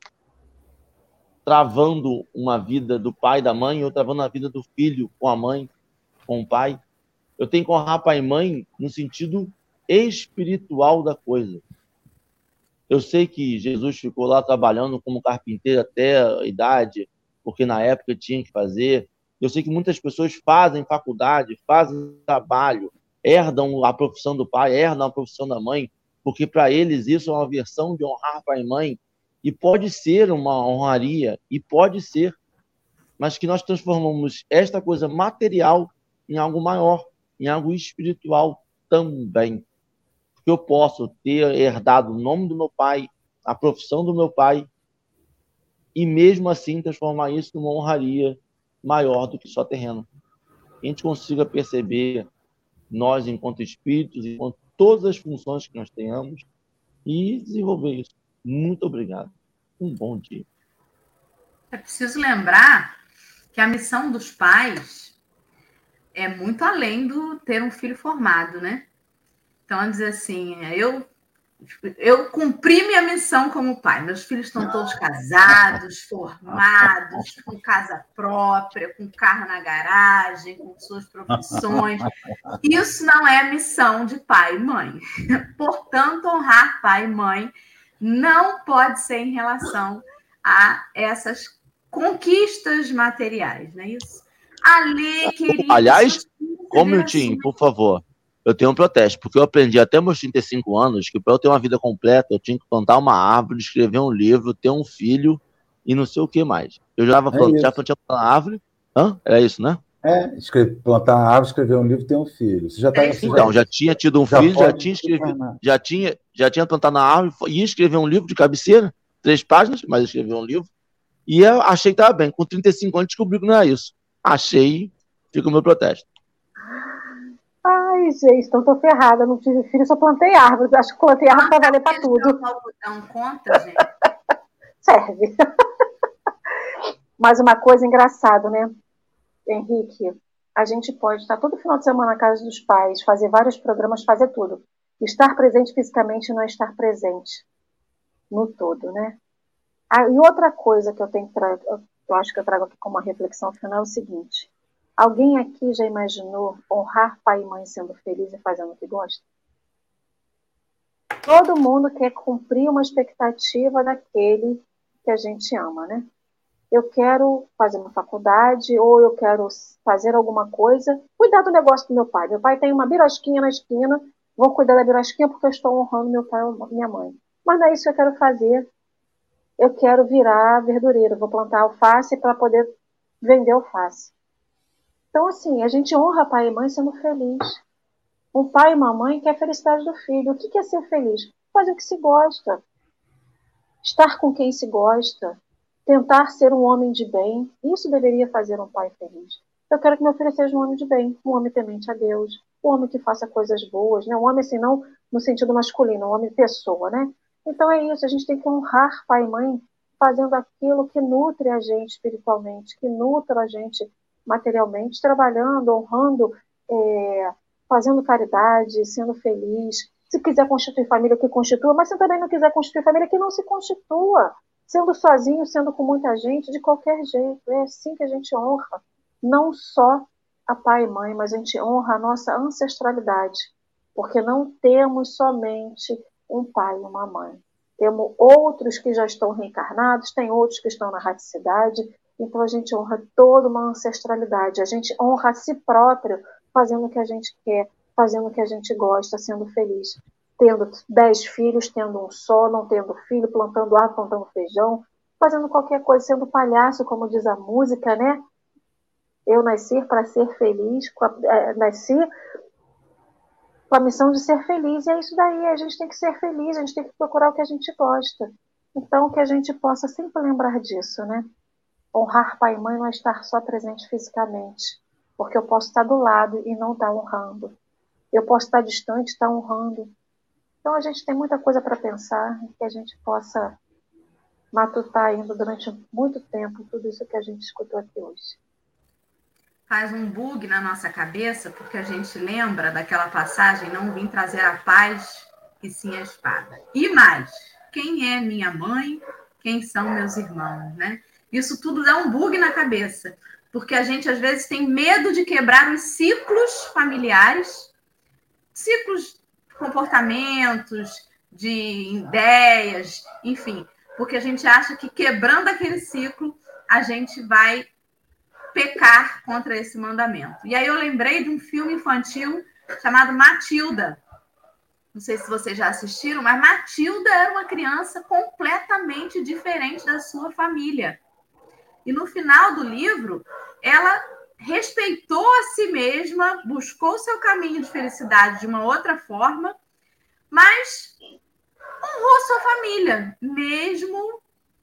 travando uma vida do pai e da mãe ou travando a vida do filho com a mãe, com o pai. Eu tenho que honrar pai e mãe no sentido espiritual da coisa. Eu sei que Jesus ficou lá trabalhando como carpinteiro até a idade, porque na época tinha que fazer. Eu sei que muitas pessoas fazem faculdade, fazem trabalho, herdam a profissão do pai, herdam a profissão da mãe, porque para eles isso é uma versão de honrar pai e mãe. E pode ser uma honraria, e pode ser, mas que nós transformamos esta coisa material em algo maior, em algo espiritual também. Porque eu posso ter herdado o nome do meu pai, a profissão do meu pai, e mesmo assim transformar isso numa honraria maior do que só terreno. Que a gente consiga perceber, nós enquanto espíritos, enquanto todas as funções que nós tenhamos, e desenvolver isso. Muito obrigado. Um bom dia. É preciso lembrar que a missão dos pais é muito além do ter um filho formado, né? Então, dizer assim, eu, eu cumpri minha missão como pai. Meus filhos estão todos casados, formados, com casa própria, com carro na garagem, com suas profissões. Isso não é missão de pai e mãe. Portanto, honrar pai e mãe não pode ser em relação a essas conquistas materiais, não é isso? Ali, querido... Aliás, como eu tinha, por favor... Eu tenho um protesto, porque eu aprendi até meus trinta e cinco anos que para eu ter uma vida completa, eu tinha que plantar uma árvore, escrever um livro, ter um filho e não sei o que mais. Eu já estava plantando, já plantando uma árvore. Hã? Era isso, né? É, escrever, plantar uma árvore, escrever um livro, ter um filho. Você já tá, é, você então, já, já tinha tido um já filho, já tinha, escrevido, já, tinha, já tinha plantado na árvore, ia escrever um livro de cabeceira, três páginas, mas escrever um livro. E eu achei que estava bem. Com trinta e cinco anos, descobri que não era isso. Achei, fica o meu protesto. Ai, gente, então tô ferrada. Não tive filho, só plantei árvore. Acho que plantei árvore para valer para tudo. Não conta, gente. Serve. Mas uma coisa engraçada, né, Henrique? A gente pode estar todo final de semana na casa dos pais, fazer vários programas, fazer tudo. Estar presente fisicamente e não estar presente no todo, né? Ah, e outra coisa que eu tenho que trazer, eu acho que eu trago aqui como uma reflexão final é o seguinte: alguém aqui já imaginou honrar pai e mãe sendo feliz e fazendo o que gosta? Todo mundo quer cumprir uma expectativa daquele que a gente ama, né? Eu quero fazer uma faculdade, ou eu quero fazer alguma coisa, cuidar do negócio do meu pai. Meu pai tem uma birosquinha na esquina, vou cuidar da birosquinha porque eu estou honrando meu pai e minha mãe. Mas não é isso que eu quero fazer. Eu quero virar verdureiro, vou plantar alface para poder vender alface. Então, assim, a gente honra pai e mãe sendo feliz. Um pai e uma mãe quer a felicidade do filho. O que é ser feliz? Fazer o que se gosta. Estar com quem se gosta. Tentar ser um homem de bem. Isso deveria fazer um pai feliz. Eu quero que meu filho seja um homem de bem, um homem temente a Deus, um homem que faça coisas boas, né? Um homem assim, não no sentido masculino, um homem pessoa, né? Então é isso, a gente tem que honrar pai e mãe fazendo aquilo que nutre a gente espiritualmente, que nutre a gente materialmente, trabalhando, honrando, é, fazendo caridade, sendo feliz. Se quiser constituir família, que constitua, mas se também não quiser constituir família, que não se constitua. Sendo sozinho, sendo com muita gente, de qualquer jeito. É assim que a gente honra. Não só a pai e mãe, mas a gente honra a nossa ancestralidade. Porque não temos somente um pai e uma mãe. Temos outros que já estão reencarnados, tem outros que estão na raticidade. Então a gente honra toda uma ancestralidade. A gente honra a si próprio, fazendo o que a gente quer, fazendo o que a gente gosta, sendo feliz. Tendo dez filhos, tendo um só, não tendo filho, plantando árvore, plantando feijão, fazendo qualquer coisa, sendo palhaço, como diz a música, né? Eu nasci para ser feliz, é, nasci com a missão de ser feliz, e é isso daí, a gente tem que ser feliz, a gente tem que procurar o que a gente gosta. Então, que a gente possa sempre lembrar disso, né? Honrar pai e mãe não é estar só presente fisicamente, porque eu posso estar do lado e não estar honrando. Eu posso estar distante e estar honrando. Então, a gente tem muita coisa para pensar e que a gente possa matutar ainda durante muito tempo tudo isso que a gente escutou aqui hoje. Faz um bug na nossa cabeça, porque a gente lembra daquela passagem, não vim trazer a paz e sim a espada. E mais, quem é minha mãe, quem são meus irmãos, né? Isso tudo dá um bug na cabeça, porque a gente às vezes tem medo de quebrar os ciclos familiares, ciclos comportamentos, de ideias, enfim, porque a gente acha que quebrando aquele ciclo, a gente vai pecar contra esse mandamento. E aí eu lembrei de um filme infantil chamado Matilda. Não sei se vocês já assistiram, mas Matilda era uma criança completamente diferente da sua família. E no final do livro, ela respeitou a si mesma, buscou seu caminho de felicidade de uma outra forma, mas honrou sua família, mesmo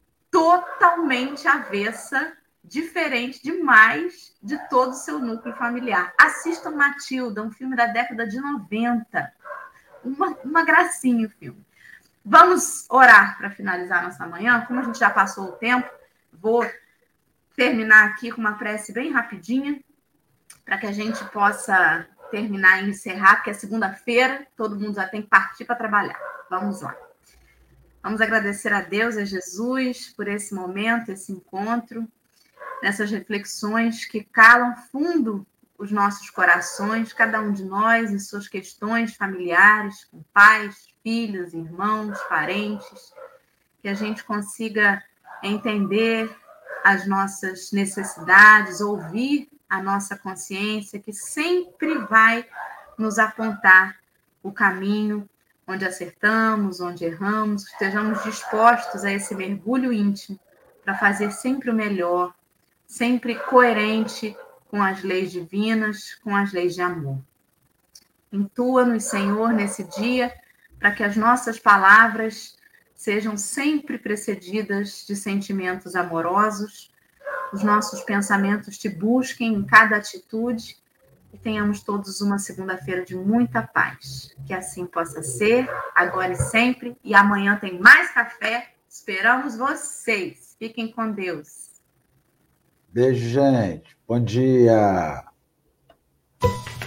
totalmente avessa, diferente demais de todo o seu núcleo familiar. Assistam Matilda, um filme da década de noventa. Uma, uma gracinha o filme. Vamos orar para finalizar nossa manhã. Como a gente já passou o tempo, vou terminar aqui com uma prece bem rapidinha, para que a gente possa terminar e encerrar, porque é segunda-feira, todo mundo já tem que partir para trabalhar. Vamos lá. Vamos agradecer a Deus, a Jesus, por esse momento, esse encontro, nessas reflexões que calam fundo os nossos corações, cada um de nós em suas questões familiares, com pais, filhos, irmãos, parentes, que a gente consiga entender as nossas necessidades, ouvir a nossa consciência, que sempre vai nos apontar o caminho onde acertamos, onde erramos, que estejamos dispostos a esse mergulho íntimo para fazer sempre o melhor, sempre coerente com as leis divinas, com as leis de amor. Intua-nos, Senhor, nesse dia, para que as nossas palavras sejam sempre precedidas de sentimentos amorosos, os nossos pensamentos te busquem em cada atitude e tenhamos todos uma segunda-feira de muita paz. Que assim possa ser, agora e sempre. E amanhã tem mais café. Esperamos vocês. Fiquem com Deus. Beijo, gente. Bom dia.